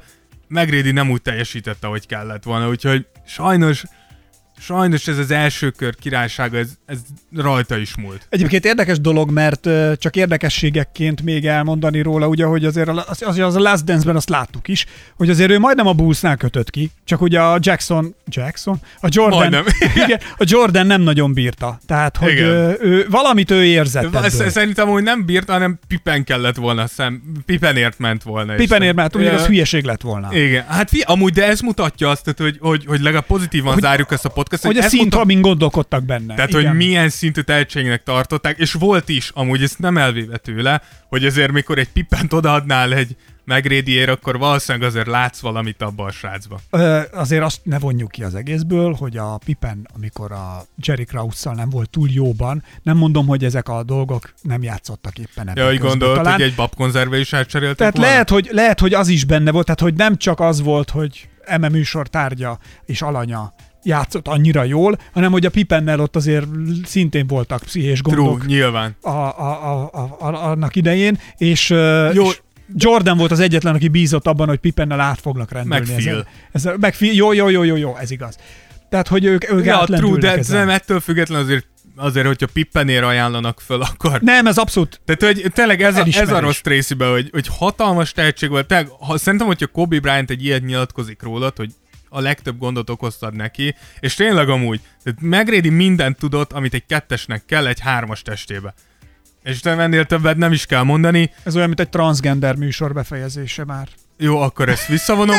D: McGrady nem úgy teljesítette, ahogy kellett volna, úgyhogy sajnos ez az első kör királysága, ez rajta is múlt.
C: Egyébként érdekes dolog, mert csak érdekességekként még elmondani róla, ugye, hogy azért az a Last Dance-ben azt láttuk is, hogy azért ő majdnem a Bullsnál kötött ki, csak ugye a a Jordan, igen, a Jordan nem nagyon bírta. Tehát, hogy valamit ő érzett ebből.
D: Szerintem úgy nem bírta, hanem Pippen kellett volna, Pippenért ment volna.
C: Pippenért ment, ugye az hülyeség lett volna.
D: Igen, hát amúgy, de ez mutatja azt, hogy legalább pozitívan zárjuk ezt a podcastot.
C: Hogy a szint, amin gondolkodtak benne.
D: Tehát, igen. Hogy milyen szintű tehetségnek tartották, és volt is, amúgy ezt nem elvéve tőle, hogy azért mikor egy Pippent odaadnál egy McGradyért, akkor valószínűleg azért látsz valamit abba a srácba.
C: Azért azt ne vonjuk ki az egészből, hogy a Pippen, amikor a Jerry Krause-szal nem volt túl jóban, nem mondom, hogy ezek a dolgok nem játszottak éppen ebben.
D: Ja, így gondolt, hogy egy babkonzerve is átcseréltek
C: tehát
D: volna?
C: lehet, hogy az is benne volt, tehát hogy nem csak az volt, hogy eme műsor tárgya és alanya játszott annyira jól, hanem hogy a Pippennel ott azért szintén voltak pszichés gondok.
D: True, nyilván.
C: Annak idején, és Jordan volt az egyetlen, aki bízott abban, hogy Pippennel át fognak rendelni. Jó, ez igaz. Tehát, hogy ők
D: átlendülnek ezen. De nem ettől független azért, hogyha Pippenér ajánlanak föl, akkor...
C: Nem, ez abszolút.
D: Tehát, hogy tényleg ez a rossz Tracybe, hogy hatalmas tehetség volt. Tényleg, szerintem, hogyha Kobe Bryant egy ilyet nyilatkozik rólad, hogy a legtöbb gondot okoztad neki, és tényleg amúgy, tehát McGrady mindent tudott, amit egy 2-esnek kell egy 3-as testébe. És ennél többet nem is kell mondani.
C: Ez olyan, mint egy transgender műsor befejezése már.
D: Jó, akkor ezt visszavonom.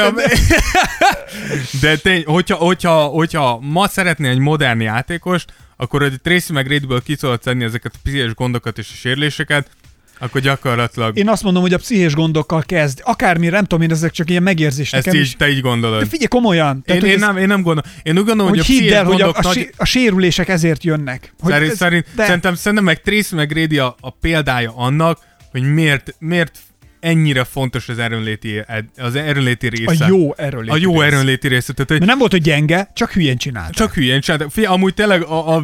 D: De tény, hogyha ma szeretné egy modern játékost, akkor hogy Tracy McGradyből ki tudod szedni ezeket a pszichés gondokat és a sérüléseket, akkor gyakorlatilag...
C: Én azt mondom, hogy a pszichés gondokkal kezd. Akármi, nem tudom én, ezek csak ilyen megérzés nekem is.
D: Te így gondolod.
C: De figyelj, komolyan.
D: Tehát, én nem gondolom. Én úgy gondolom, hogy a
C: hidd el, hogy
D: gondok
C: a sérülések ezért jönnek.
D: Szerintem meg Tracy McGrady a példája annak, hogy miért ennyire fontos az erőnléti része.
C: A jó erőnléti
D: része. Tehát,
C: mert nem volt, hogy gyenge, csak hülyén csinálta.
D: Amúgy tényleg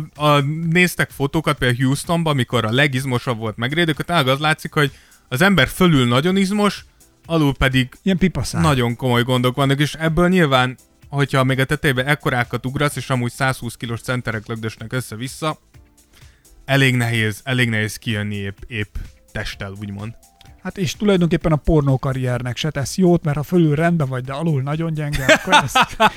D: néztek fotókat például Houstonban, amikor a legizmosabb volt McGrady, akkor tényleg az látszik, hogy az ember fölül nagyon izmos, alul pedig
C: ilyen pipaszár.
D: Nagyon komoly gondok vannak, és ebből nyilván, hogyha még a tetejében ekkorákat ugrasz, és amúgy 120 kilós centerek lögdösnek össze-vissza, elég nehéz kijönni épp testtel, úgymond.
C: Hát és tulajdonképpen a pornókarriernek se tesz jót, mert ha fölül rendben vagy, de alul nagyon gyenge, akkor ez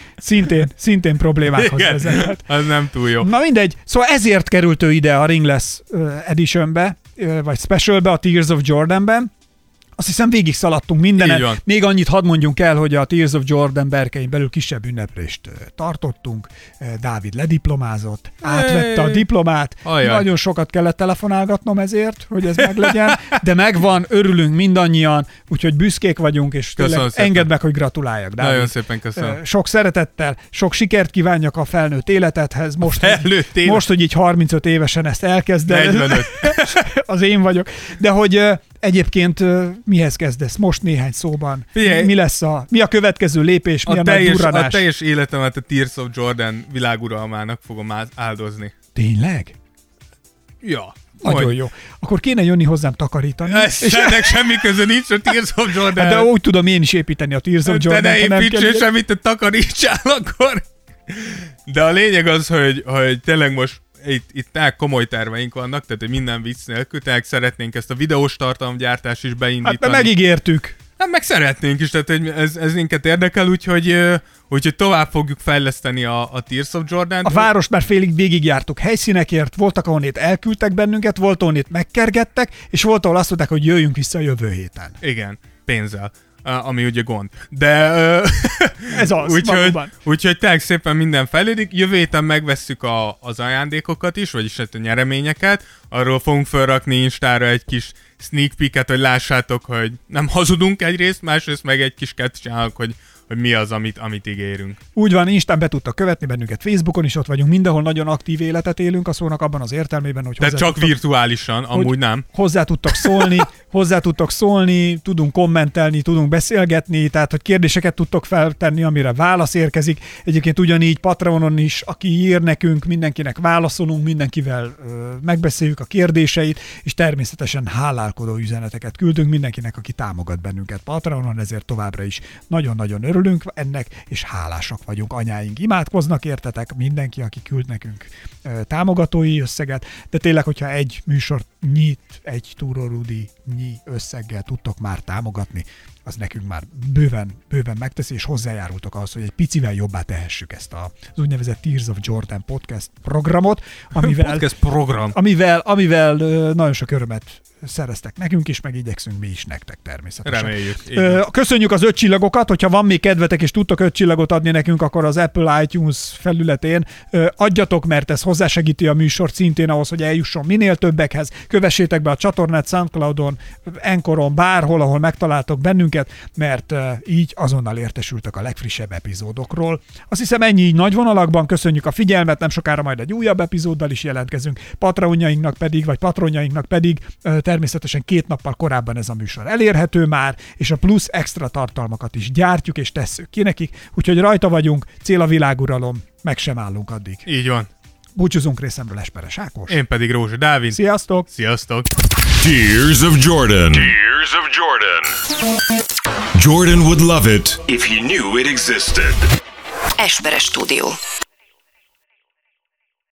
C: szintén problémákhoz vezethet.
D: Az nem túl jó.
C: Na mindegy, szóval ezért került ő ide a Ringless Editionbe, vagy Specialbe, a Tears of Jordanben. Azt hiszem végig szaladtunk mindenen. Még annyit hadd mondjunk el, hogy a Tears of Jordan berkein belül kisebb ünneplést tartottunk. Dávid lediplomázott, átvette a diplomát. Nagyon sokat kellett telefonálgatnom ezért, hogy ez meglegyen, de megvan, örülünk mindannyian, úgyhogy büszkék vagyunk, és engedd meg, hogy gratuláljak, Dávid.
D: Nagyon szépen köszönöm.
C: Sok szeretettel, sok sikert kívánjak a felnőtt életedhez. Most, hogy így 35 évesen ezt elkezded.
D: 45.
C: Az én vagyok. De hogy egyébként mihez kezdesz? Most néhány szóban. Mi a következő lépés? Mi a nagy durranás?
D: A teljes életemet a Tears of Jordan világuralmának fogom áldozni.
C: Tényleg?
D: Ja.
C: Nagyon jó. Akkor kéne jönni hozzám takarítani.
D: Ennek semmi köze nincs a Tears of Jordan.
C: De úgy tudom én is építeni a Tears of Jordan.
D: De ne építs semmit, te takarítsál akkor. De a lényeg az, hogy tényleg most itt komoly terveink vannak, tehát minden vicc nélkül, tehát szeretnénk ezt a videós tartalomgyártást is beindítani.
C: Hát megígértük.
D: Nem, meg szeretnénk is, tehát ez minket érdekel, úgyhogy tovább fogjuk fejleszteni a Tears of Jordan-t.
C: A várost már félig végigjártuk helyszínekért, voltak, ahonnét elküldtek bennünket, volt, ahonnét megkergettek, és volt, ahol azt mondták, hogy jöjjünk vissza jövő héten.
D: Igen, pénzzel. Ami ugye gond. De
C: ez az,
D: úgyhogy tényleg szépen minden fejlődik. Jövő héten megvesszük az ajándékokat is, vagyis a nyereményeket. Arról fogunk felrakni Instára egy kis sneak peeket, hogy lássátok, hogy nem hazudunk egyrészt, másrészt meg egy kis kettőt csinálok, mi az, amit ígérünk.
C: Úgy van, Instán be tudtak követni bennünket, Facebookon is ott vagyunk, mindenhol nagyon aktív életet élünk a szónak abban az értelmében, hogy
D: tehát csak virtuálisan, amúgy nem.
C: Hozzá tudtok szólni, tudunk kommentelni, tudunk beszélgetni, tehát hogy kérdéseket tudtok feltenni, amire válasz érkezik. Egyébként ugyanígy Patreonon is, aki ír nekünk, mindenkinek válaszolunk, mindenkivel megbeszéljük a kérdéseit, és természetesen hálálkodó üzeneteket küldünk mindenkinek, aki támogat bennünket Patreonon, ezért továbbra is nagyon-nagyon örülünk ennek, és hálásak vagyunk. Anyáink imádkoznak értetek, mindenki, aki küld nekünk támogatói összeget, de tényleg, hogyha egy műsort egy Túró Rudi összeggel tudtok már támogatni, az nekünk már bőven megteszi, és hozzájárultok ahhoz, hogy egy picivel jobbá tehessük ezt az úgynevezett Tears of Jordan podcast programot, amivel nagyon sok örömet szereztek nekünk is, meg igyekszünk mi is nektek természetesen.
D: Reméljük.
C: Köszönjük az 5 csillagokat, hogyha van még kedvetek és tudtok 5 csillagot adni nekünk, akkor az Apple iTunes felületén adjatok, mert ez hozzásegíti a műsort szintén ahhoz, hogy eljusson minél többekhez. Kövessétek be a csatornát SoundCloudon, Anchoron, bárhol, ahol megtaláltok bennünket, mert így azonnal értesültek a legfrissebb epizódokról. Azt hiszem ennyi így nagy vonalakban, köszönjük a figyelmet, nem sokára majd egy újabb epizóddal is jelentkezünk. Patronjainknak pedig természetesen 2 nappal korábban ez a műsor elérhető már, és a plusz extra tartalmakat is gyártjuk és tesszük ki nekik, úgyhogy rajta vagyunk, cél a világuralom, meg sem állunk addig.
D: Így van.
C: Búcsúzunk részemről Esperes Ákos.
D: Én pedig Rózsa Dávid.
C: Sziasztok!
D: Sziasztok!
B: Tears of Jordan. Tears of Jordan. Jordan would love it if he knew it existed.
A: Esperes Stúdió.